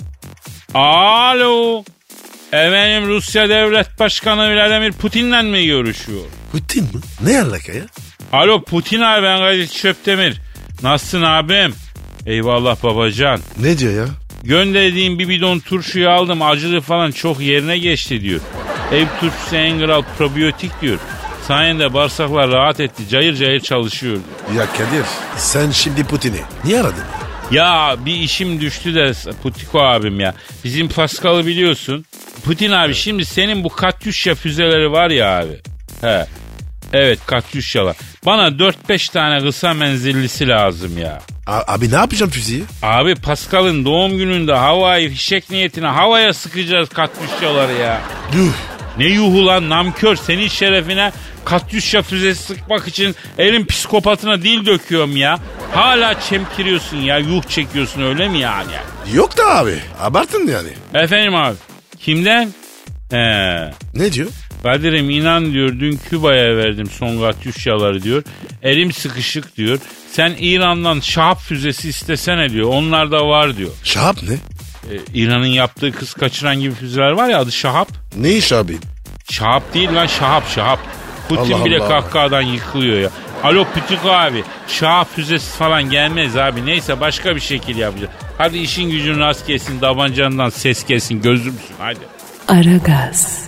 Alo. Efendim, Rusya Devlet Başkanı Vladimir Putin'le mi görüşüyor? Putin mi? Ne alaka ya? Alo Putin abi, ben Kadir Çöptemir. Nasılsın abim? Eyvallah babacan. Ne diyor ya? Gönderdiğim bir bidon turşuyu aldım, acılı falan çok yerine geçti diyor. Ev turşusu en kral probiyotik diyor. Sayende bağırsaklar rahat etti, cayır cayır çalışıyor diyor. Ya Kadir sen şimdi Putin'i niye aradın? Ya bir işim düştü de Putiko abim ya. Bizim Pascal'ı biliyorsun. Putin abi, şimdi senin bu Katyusha füzeleri var ya abi. He. Evet, Katyusha'lar. Bana 4-5 tane kısa menzillisi lazım ya. Abi ne yapacağım füzeyi? Abi Pascal'ın doğum gününde havai fişek niyetine havaya sıkacağız Katyusha'ları ya. Yuh. Ne yuhu lan namkör, senin şerefine Katyusha füzesi sıkmak için elin psikopatına dil döküyorum ya. Hala çemkiriyorsun ya, yuh çekiyorsun, öyle mi yani? Yok da abi abartın yani. Efendim abi, kimden? He. Ne diyor? Kadir'im inan diyor dün Küba'ya verdim Songatyuşyaları diyor. Elim sıkışık diyor. Sen İran'dan Şahap füzesi istesene diyor. Onlar da var diyor. Şahap ne? İran'ın yaptığı kız kaçıran gibi füzeler var ya adı Şahap. Ne iş abi? Şahap değil lan Şahap. Putin Allah bile Allah. kahkahadan yıkılıyor ya. Alo Pütük abi. Şahap füzesi falan gelmez abi. Neyse başka bir şekil yapacağız. Hadi işin gücün rast gelsin. Tabancandan ses gelsin. Gözümsün hadi. Aragaz.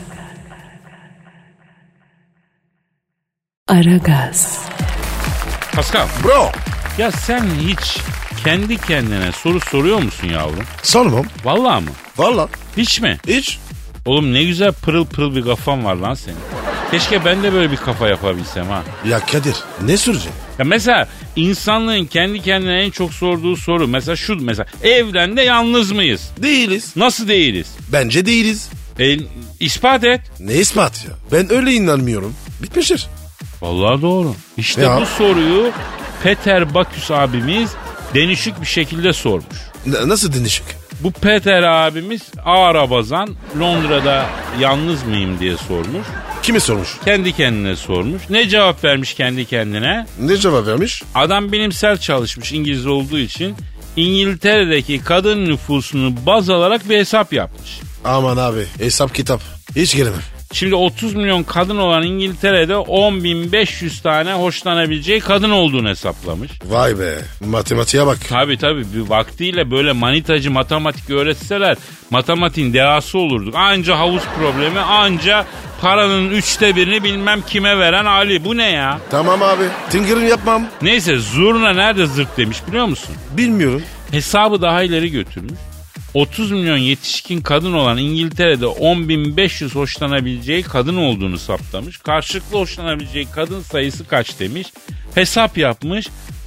Pascal. Bro. Ya sen hiç kendi kendine soru soruyor musun yavrum? Sormam. Vallahi mı? Valla. Hiç mi? Hiç. Oğlum ne güzel pırıl pırıl bir kafan var lan senin. Keşke ben de böyle bir kafa yapabilsem ha. Ya Kadir ne soracağım? Ya mesela insanlığın kendi kendine en çok sorduğu soru mesela şu mesela evrende yalnız mıyız? Değiliz. Nasıl değiliz? Bence değiliz. İspat et. Ne ispat ya? Ben öyle inanmıyorum. Bitmiştir. Vallahi doğru. İşte Ya. bu soruyu Peter Baküs abimiz denişik bir şekilde sormuş. Nasıl dinişik? Bu Peter abimiz ağırabazan Londra'da yalnız mıyım diye sormuş. Kime sormuş? Kendi kendine sormuş. Ne cevap vermiş kendi kendine? Ne cevap vermiş? Adam bilimsel çalışmış İngiliz olduğu için İngiltere'deki kadın nüfusunu baz alarak bir hesap yapmış. Aman abi hesap kitap. Hiç giremem. Şimdi 30 milyon kadın olan İngiltere'de 10.500 tane hoşlanabileceği kadın olduğunu hesaplamış. Vay be matematiğe bak. Tabii bir vaktiyle böyle manitacı matematik öğretseler matematiğin dehası olurduk. Anca havuz problemi anca paranın 1/3'ünü bilmem kime veren Ali. Bu ne ya? Tamam abi tıngırın yapmam. Neyse zurna nerede zırt demiş biliyor musun? Bilmiyorum. Hesabı daha ileri götürmüş. 30 milyon yetişkin kadın olan İngiltere'de 10.500 hoşlanabileceği kadın olduğunu saptamış. Karşılıklı hoşlanabileceği kadın sayısı kaç demiş. Hesap yapmış.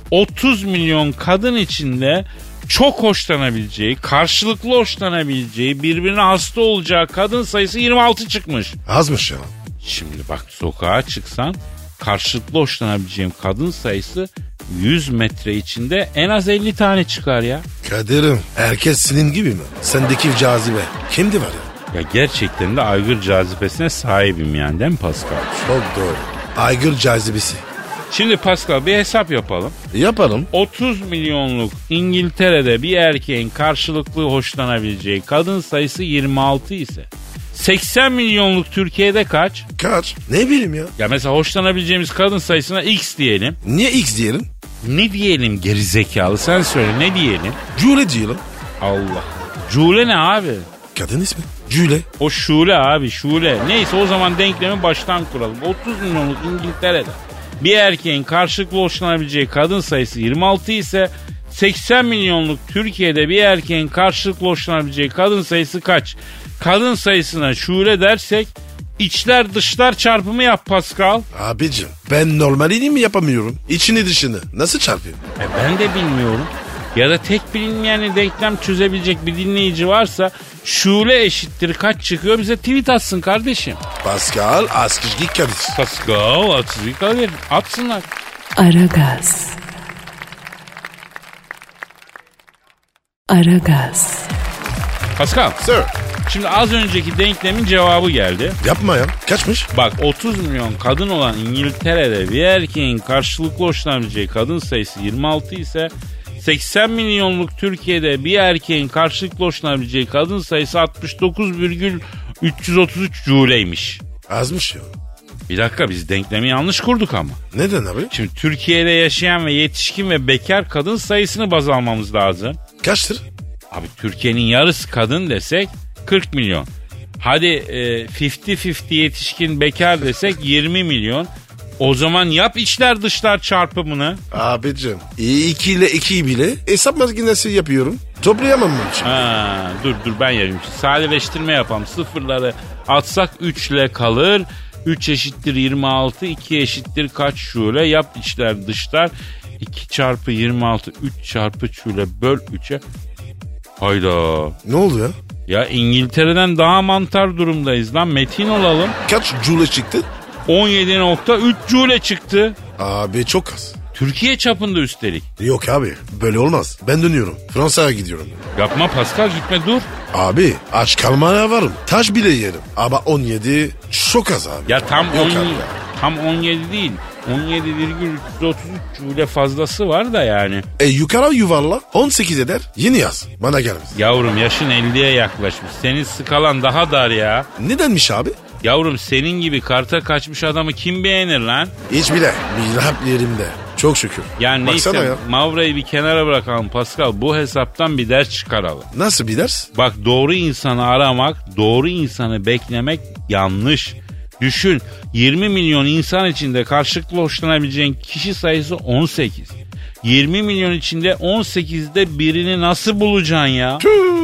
30 milyon kadın içinde çok hoşlanabileceği, karşılıklı hoşlanabileceği, birbirine hasta olacağı kadın sayısı 26 çıkmış. Azmış ya. Şimdi bak sokağa çıksan karşılıklı hoşlanabileceğim kadın sayısı 100 metre içinde en az 50 tane çıkar ya. Kadir'im herkes senin gibi mi? Sendeki cazibe. Kimdi var ya? Ya gerçekten de aygır cazibesine sahibim yani değil mi Pascal? Çok doğru. Aygır cazibesi. Şimdi Pascal bir hesap yapalım. Yapalım. 30 milyonluk İngiltere'de bir erkeğin karşılıklı hoşlanabileceği kadın sayısı 26 ise 80 milyonluk Türkiye'de kaç? Kaç? Ne bileyim ya. Ya mesela hoşlanabileceğimiz kadın sayısına X diyelim. Niye X diyelim? Ne diyelim gerizekalı sen söyle ne diyelim? Cule diyelim. Allah. Cule ne abi? Kadın ismi. Cule. O Şule abi Şule. Neyse o zaman denklemi baştan kuralım. 30 milyonluk İngiltere'de bir erkeğin karşılıklı hoşlanabileceği kadın sayısı 26 ise 80 milyonluk Türkiye'de bir erkeğin karşılıklı hoşlanabileceği kadın sayısı kaç? Kadın sayısına Şule dersek içler dışlar çarpımı yap Pascal. Abicim ben normalini mi yapamıyorum? İçini dışını nasıl çarpayım? Ben de bilmiyorum. Ya da tek bilinmeyen denklem çözebilecek bir dinleyici varsa Şule eşittir kaç çıkıyor bize tweet atsın kardeşim. Pascal Askışgi Kadir. Pascal Askışgi atsınlar. Aragaz. Pascal. Sir. Şimdi az önceki denklemin cevabı geldi. Yapma ya. Kaçmış? Bak 30 milyon kadın olan İngiltere'de bir erkeğin karşılıklı hoşlanabileceği kadın sayısı 26 ise 80 milyonluk Türkiye'de bir erkeğin karşılıklı hoşlanabileceği kadın sayısı 69,333 Jule'ymiş. Azmış ya. Bir dakika biz denklemi yanlış kurduk ama. Neden abi? Şimdi Türkiye'de yaşayan ve yetişkin ve bekar kadın sayısını baz almamız lazım. Kaçtır? Abi Türkiye'nin yarısı kadın desek 40 milyon. Hadi 50-50 yetişkin bekar desek 20 milyon. O zaman yap içler dışlar çarpımını. Abicim 2 ile 2'yi bile hesap makinesi yapıyorum. Toplayamam mı için? Ha, dur ben yapayım. Sadeleştirme yapalım. Sıfırları atsak 3 ile kalır. 3 eşittir 26. 2 eşittir kaç şule? Yap içler dışlar. 2 çarpı 26. 3 çarpı şule böl 3'e. Hayda. Ne oldu ya? Ya İngiltere'den daha mantar durumdayız lan. Metin olalım. Kaç cule çıktı? 17.3 Joule çıktı. Abi çok az. Türkiye çapında üstelik. Yok abi böyle olmaz. Ben dönüyorum. Fransa'ya gidiyorum. Yapma Pascal, gitme, dur. Abi aç kalmaya varım. Taş bile yerim. Ama 17 çok az abi. Ya tam Yok 10, abi ya. tam 17 değil. 17,333 cüle fazlası var da yani. Yukarı yuvarla 18 eder. Yeni yaz. Bana gelmez. Yavrum yaşın 50'ye yaklaşmış. Senin skalan daha dar ya. Nedenmiş abi? Yavrum senin gibi karta kaçmış adamı kim beğenir lan? Hiç bile. Mihrap yerimde. Çok şükür. Yani Baksana neyse ya. Mavra'yı bir kenara bırakalım Pascal. Bu hesaptan bir ders çıkaralım. Nasıl bir ders? Bak doğru insanı aramak, doğru insanı beklemek yanlış. Düşün 20 milyon insan içinde karşılıklı hoşlanabileceğin kişi sayısı 18. 20 milyon içinde 18'de birini nasıl bulacaksın ya?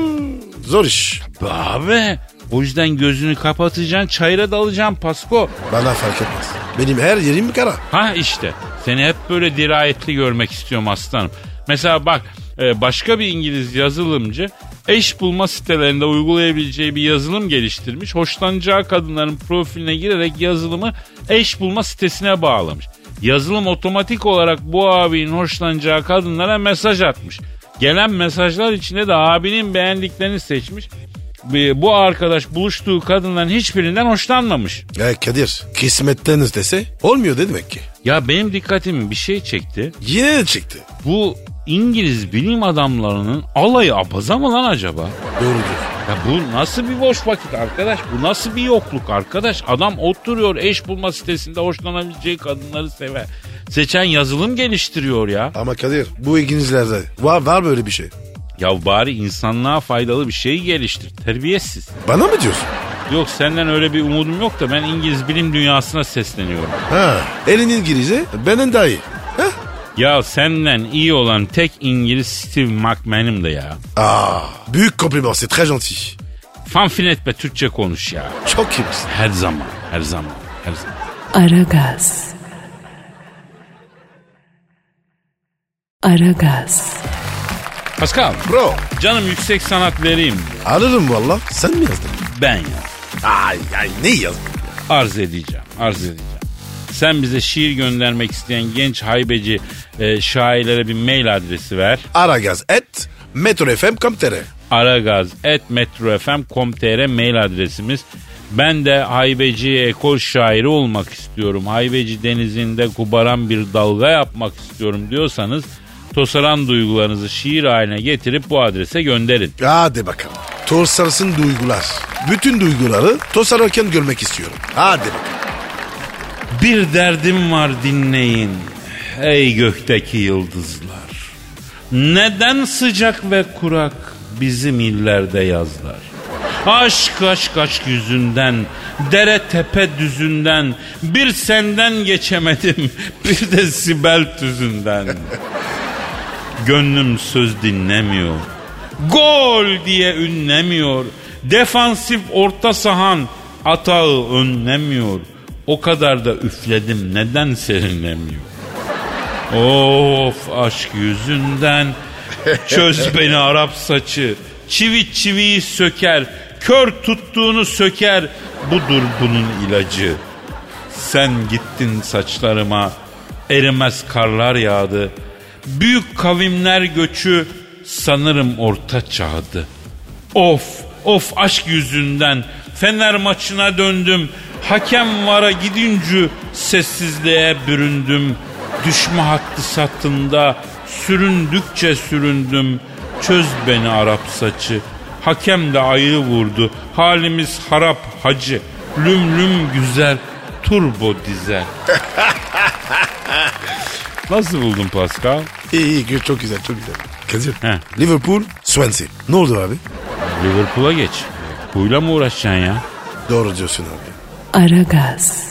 Zor iş. Abi o yüzden gözünü kapatacaksın, çayıra dalacaksın Pasko. Bana fark etmez. Benim her yerim kara. Ha işte seni hep böyle dirayetli görmek istiyorum aslanım. Mesela bak başka bir İngiliz yazılımcı eş bulma sitelerinde uygulayabileceği bir yazılım geliştirmiş. Hoşlanacağı kadınların profiline girerek yazılımı eş bulma sitesine bağlamış. Yazılım otomatik olarak bu abinin hoşlanacağı kadınlara mesaj atmış. Gelen mesajlar içinde de abinin beğendiklerini seçmiş. Bu arkadaş buluştuğu kadınların hiçbirinden hoşlanmamış. Kadir kısmetten ötesi olmuyor demek ki. Ya benim dikkatimi bir şey çekti. Yine de çıktı. Bu İngiliz bilim adamlarının alayı abaza mı lan acaba? Doğrudur. Ya bu nasıl bir boş vakit arkadaş? Bu nasıl bir yokluk arkadaş? Adam oturuyor eş bulma sitesinde hoşlanabileceği kadınları seçen yazılım geliştiriyor ya. Ama Kadir bu İngilizlerde var böyle bir şey. Ya bari insanlığa faydalı bir şey geliştir. Terbiyesiz. Bana mı diyorsun? Yok senden öyle bir umudum yok da ben İngiliz bilim dünyasına sesleniyorum. Ha, elin İngilizce benden daha iyi. Ha? Ya senden iyi olan tek İngiliz Steve McMahon'ım da ya. Büyük kompliment, c'est très gentil. Fanfinet Türkçe konuş ya. Çok iyisin. Her zaman, her zaman, her zaman. Aragaz. Aragaz. Pascal, Bro, canım yüksek sanat vereyim. alırım valla. Sen mi yazdın? Ben ya. Ay ne yazdın? Arz edeceğim. Sen bize şiir göndermek isteyen genç haybeci şairlere bir mail adresi ver. aragaz@metrofm.com.tr aragaz@metrofm.com.tr mail adresimiz. Ben de haybeci ekol şairi olmak istiyorum. Haybeci denizinde kubaran bir dalga yapmak istiyorum diyorsanız tosaran duygularınızı şiir haline getirip bu adrese gönderin. Hadi bakalım. Tosarsın duygular. Bütün duyguları tosararken görmek istiyorum. Hadi bakalım. Bir derdim var dinleyin ey gökteki yıldızlar. Neden sıcak ve kurak bizim illerde yazlar? Aşk yüzünden, dere tepe düzünden, bir senden geçemedim, bir de Sibel tüzünden. Gönlüm söz dinlemiyor, gol diye ünlemiyor, defansif orta sahan atağı önlemiyor. O kadar da üfledim neden serinlemiyor? Of aşk yüzünden çöz beni Arap saçı. Çivi çiviyi söker, kör tuttuğunu söker. Budur bunun ilacı. Sen gittin saçlarıma, erimez karlar yağdı. Büyük kavimler göçü sanırım orta çağdı. Of aşk yüzünden Fener maçına döndüm. Hakem vara gidince sessizliğe büründüm. Düşme hattı sattığında süründükçe süründüm. Çöz beni Arap saçı. Hakem de ayı vurdu. Halimiz harap hacı. Lüm lüm güzel. Turbo dizel. Nasıl buldun Pascal? İyi çok güzel. Kadir. He. Liverpool, Swansea. Ne oldu abi? Liverpool'a geç. Buyla mı uğraşacaksın ya? Doğru diyorsun abi. Aragaz.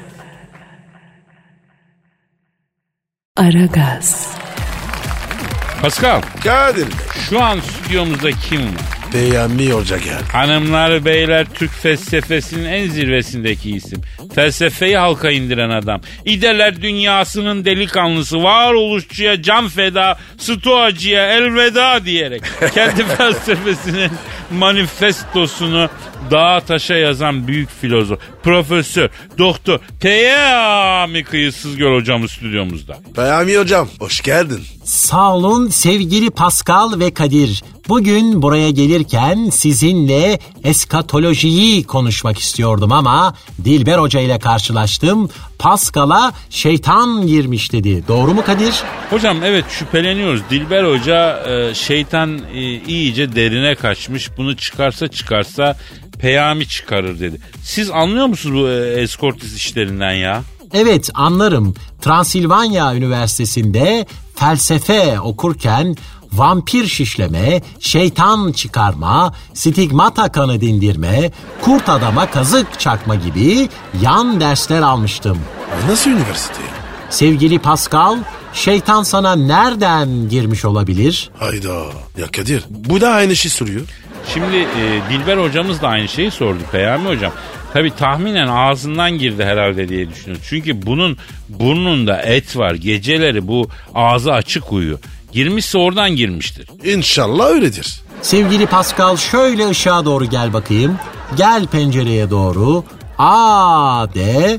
Pascal, Kadir. şu an stüdyomuzda kim var? Peyami olacak yani. Hanımlar beyler Türk felsefesinin en zirvesindeki isim. Felsefeyi halka indiren adam. İdeler dünyasının delikanlısı, varoluşçuya can feda, stoacıya elveda diyerek kendi felsefesinin manifestosunu dağa taşa yazan büyük filozof, profesör, doktor Peyami Kıyısız Göl hocamız stüdyomuzda. Peyami hocam hoş geldin. Sağ olun sevgili Pascal ve Kadir. Bugün buraya gelirken sizinle eskatolojiyi konuşmak istiyordum ama Dilber Hoca ile karşılaştım. Pascal'a şeytan girmiş dedi. Doğru mu Kadir? Hocam evet şüpheleniyoruz. Dilber Hoca şeytan iyice derine kaçmış. Bunu çıkarsa Peyami çıkarır dedi. Siz anlıyor musunuz bu eskortis işlerinden ya? Evet anlarım. Transilvanya Üniversitesi'nde felsefe okurken vampir şişleme, şeytan çıkarma, stigmata kanı dindirme, kurt adama kazık çakma gibi yan dersler almıştım. Nasıl üniversite ya? Sevgili Pascal, şeytan sana nereden girmiş olabilir? Hayda. Ya Kadir bu da aynı şey soruyor. Şimdi Dilber hocamız da aynı şeyi sordu Peyami hocam. Tabii tahminen ağzından girdi herhalde diye düşünüyorum. Çünkü bunun burnunda et var. Geceleri bu ağzı açık uyuyor. Girmişse oradan girmiştir. İnşallah öyledir. Sevgili Pascal şöyle ışığa doğru gel bakayım. Gel pencereye doğru. A de.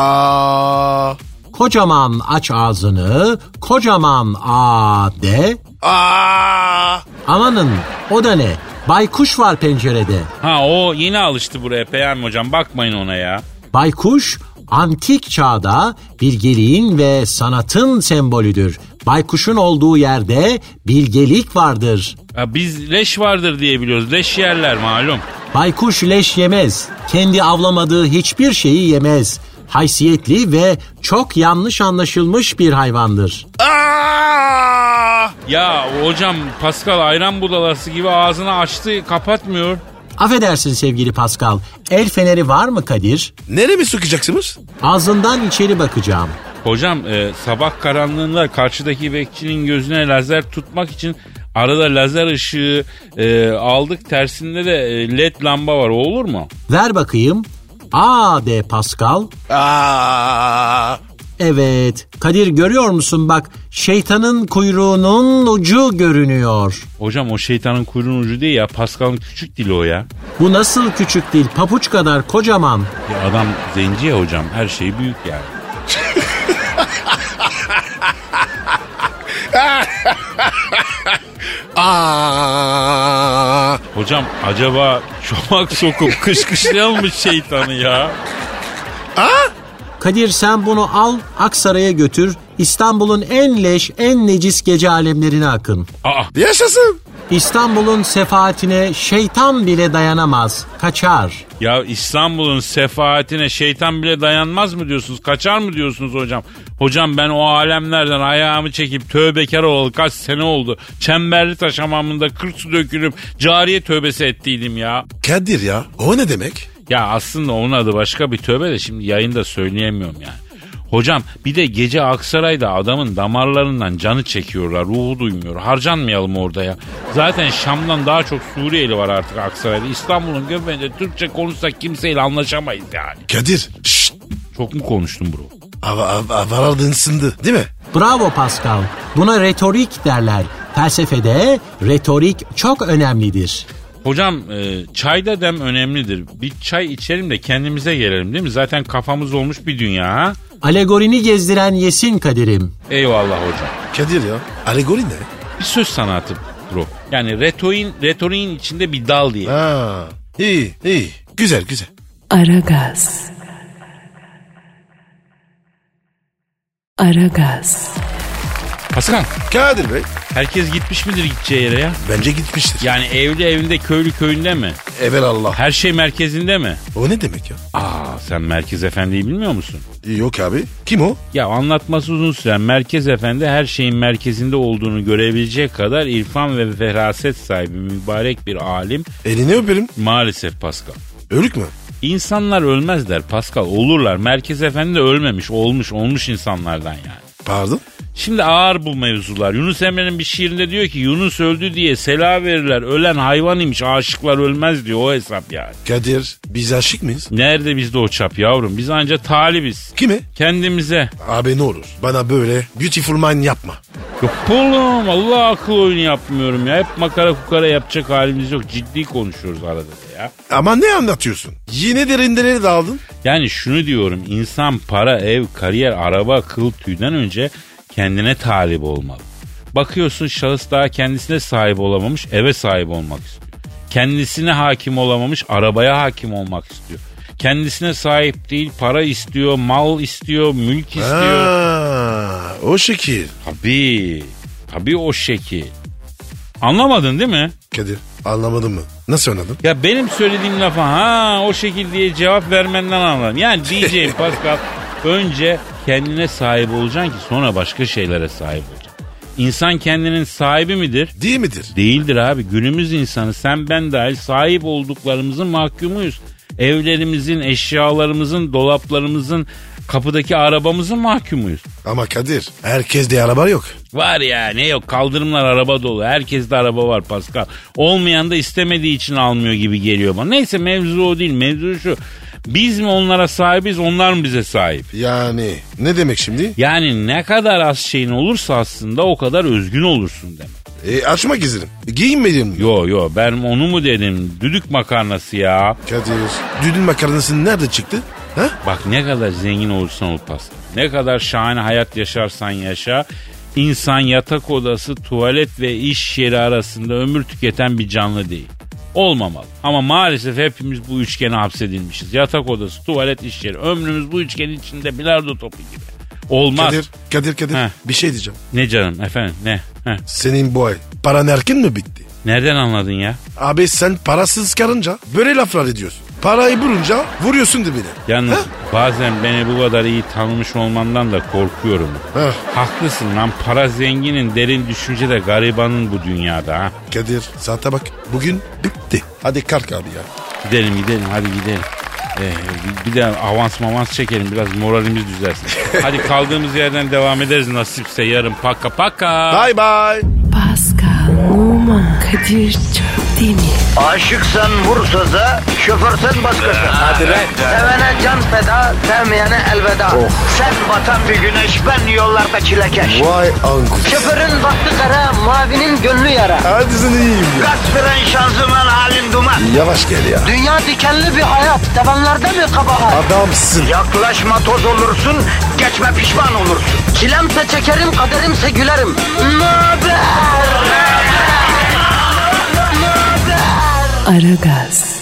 Aa. Kocaman aç ağzını. Kocaman A de. Aa. Amanın o da ne? Baykuş var pencerede. Ha o yeni alıştı buraya Peyami hocam, bakmayın ona ya. Baykuş antik çağda bilgeliğin ve sanatın sembolüdür. Baykuşun olduğu yerde bilgelik vardır. Ya biz leş vardır diye biliyoruz. Leş yerler malum. Baykuş leş yemez. Kendi avlamadığı hiçbir şeyi yemez. Haysiyetli ve çok yanlış anlaşılmış bir hayvandır. Aa! Ya hocam Pascal ayran budalası gibi ağzını açtı kapatmıyor. Affedersin sevgili Pascal. El feneri var mı Kadir? Nereye mi sokacaksınız? Ağzından içeri bakacağım. Hocam sabah karanlığında karşıdaki bekçinin gözüne lazer tutmak için arada lazer ışığı aldık, tersinde de led lamba var, o olur mu? Ver bakayım. A de Pascal. Aa! Evet. Kadir görüyor musun bak, şeytanın kuyruğunun ucu görünüyor. Hocam o şeytanın kuyruğunun ucu değil ya, Pascal'ın küçük dili o ya. Bu nasıl küçük dil? Papuç kadar kocaman. Ya adam zenci ya hocam, her şey büyük yani. Aa! Hocam acaba çomak sokup kışkışlayalım mı şeytanı ya? Kadir sen bunu al Aksaray'a götür. İstanbul'un en leş, en necis gece alemlerine akın. Aa, Yaşasın. İstanbul'un sefaatine şeytan bile dayanamaz. Kaçar. ya İstanbul'un sefaatine şeytan bile dayanmaz mı diyorsunuz? Kaçar mı diyorsunuz hocam? Hocam ben o alemlerden ayağımı çekip tövbekar olalı kaç sene oldu. Çemberlitaş hamamında 40 su dökülüp cariye tövbesi ettiydim ya. Kadir ya o ne demek? Ya aslında onun adı başka bir tövbe de şimdi yayında söyleyemiyorum yani. Hocam bir de gece Aksaray'da adamın damarlarından canı çekiyorlar, ruhu duymuyor. Harcanmayalım orada ya. Zaten Şam'dan daha çok Suriyeli var artık Aksaray'da. İstanbul'un göbeğinde Türkçe konuşsak kimseyle anlaşamayız yani. Kadir şşt. Çok mu konuştum bro? Avaradın sındı değil mi? Bravo Pascal. Buna retorik derler. Felsefede retorik çok önemlidir. Hocam çayda dem önemlidir. Bir çay içelim de kendimize gelelim değil mi? Zaten kafamız olmuş bir dünya ha. Alegorini gezdiren yesin Kadir'im. Eyvallah hocam. Kadir ya alegori ne? Bir söz sanatı bro. Yani retoriğin içinde bir dal diye. Ha, iyi güzel. Aragaz. Aragaz. Pascal, Kadir Bey herkes gitmiş midir gideceği yere ya? bence gitmiştir. Yani evli evinde, köylü köyünde mi? Evelallah. Her şey merkezinde mi? O ne demek ya? Aa, sen Merkez Efendi'yi bilmiyor musun? Yok abi. Kim o? Ya anlatması uzun süren Merkez Efendi her şeyin merkezinde olduğunu görebilecek kadar irfan ve feraset sahibi mübarek bir alim. Elini öperim. Maalesef Pascal. Ölük mü? İnsanlar ölmezler Pascal, olurlar. Merkez Efendi de ölmemiş, olmuş insanlardan yani. Pardon? Şimdi ağır bu mevzular. Yunus Emre'nin bir şiirinde diyor ki Yunus öldü diye sela verirler. Ölen hayvan imiş, aşıklar ölmez diyor, o hesap yani. Kadir biz aşık mıyız? Nerede bizde o çap yavrum? Biz anca talibiz. Kime? Kendimize. Abi ne olur bana böyle beautiful mind yapma. Yok oğlum, Allah akıl oyunu yapmıyorum ya. Hep makara kukara yapacak halimiz yok. Ciddi konuşuyoruz arada da ya. Ama ne anlatıyorsun? Yine derinlere daldın. Yani şunu diyorum, insan para, ev, kariyer, araba, kıl tüyden önce kendine talip olmalı. Bakıyorsun şahıs daha kendisine sahip olamamış, eve sahip olmak istiyor. Kendisine hakim olamamış, arabaya hakim olmak istiyor. Kendisine sahip değil, para istiyor, mal istiyor, mülk istiyor. O şekil. Tabii o şekil. Anlamadın değil mi? Kadir anlamadın mı? Nasıl anladın? Ya benim söylediğim lafa o şekil diye cevap vermenden anladım. Yani diyeceğim Pascal, önce kendine sahip olacaksın ki sonra başka şeylere sahip olacaksın. İnsan kendinin sahibi midir? Değil midir? Değildir abi. Günümüz insanı, sen ben dahil, sahip olduklarımızın mahkumuyuz. Evlerimizin, eşyalarımızın, dolaplarımızın, kapıdaki arabamızın mahkumuyuz. Ama Kadir herkeste araba yok. Var ya, ne yok, kaldırımlar araba dolu. Herkeste araba var Pascal. Olmayan da istemediği için almıyor gibi geliyor bana. Neyse, mevzu o değil, mevzu şu. Biz mi onlara sahibiz, onlar mı bize sahip? Yani ne demek şimdi? Yani ne kadar az şeyin olursa aslında o kadar özgün olursun demek. Açmak istedim. Giyinmedin mi? Yo ben onu mu dedim? Düdük makarnası ya. Kadir düdük makarnası nerede çıktı? Ha? Bak ne kadar zengin olursan ol Pascal, ne kadar şahane hayat yaşarsan yaşa, İnsan yatak odası, tuvalet ve iş yeri arasında ömür tüketen bir canlı değil. Olmamalı. Ama maalesef hepimiz bu üçgene hapsedilmişiz. Yatak odası, tuvalet, iş yeri. Ömrümüz bu üçgenin içinde bilardo topu gibi. Olmaz. Kadir Heh. bir şey diyeceğim. Ne canım efendim, ne? Heh. Senin bu ay paran erken mi bitti? Nereden anladın ya? Abi sen parasız karınca böyle laflar ediyorsun. Parayı bulunca vuruyorsun dibine. Yalnız bazen beni bu kadar iyi tanımış olmandan da korkuyorum. Haklısın lan, para zenginin, derin düşünce de garibanın bu dünyada ha. Kadir saate bak, bugün bitti. Hadi kalk abi ya. Gidelim hadi gidelim. Bir de avans çekelim, biraz moralimiz düzelsin. Hadi kaldığımız yerden devam ederiz nasipse yarın. Paka. Bye bye. Pascal, Oman, Kadir çok değil mi? Aşıksan vursa da, şoförsen başkasın. Hadi lan. Sevene can feda, sevmeyene elveda. Sen batan bir güneş, ben yollarda çilekeş. Vay anku. Şoförün baktı kara, mavinin gönlü yara. Hadi sen iyiyim ya. Kasperen şanzıman halin duman. Yavaş gel ya. Dünya dikenli bir hayat, sevenlerde mi kabahar? Adamsın. Yaklaşma toz olursun, geçme pişman olursun. Çilemse çekerim, kaderimse gülerim. Möber! Aragaz.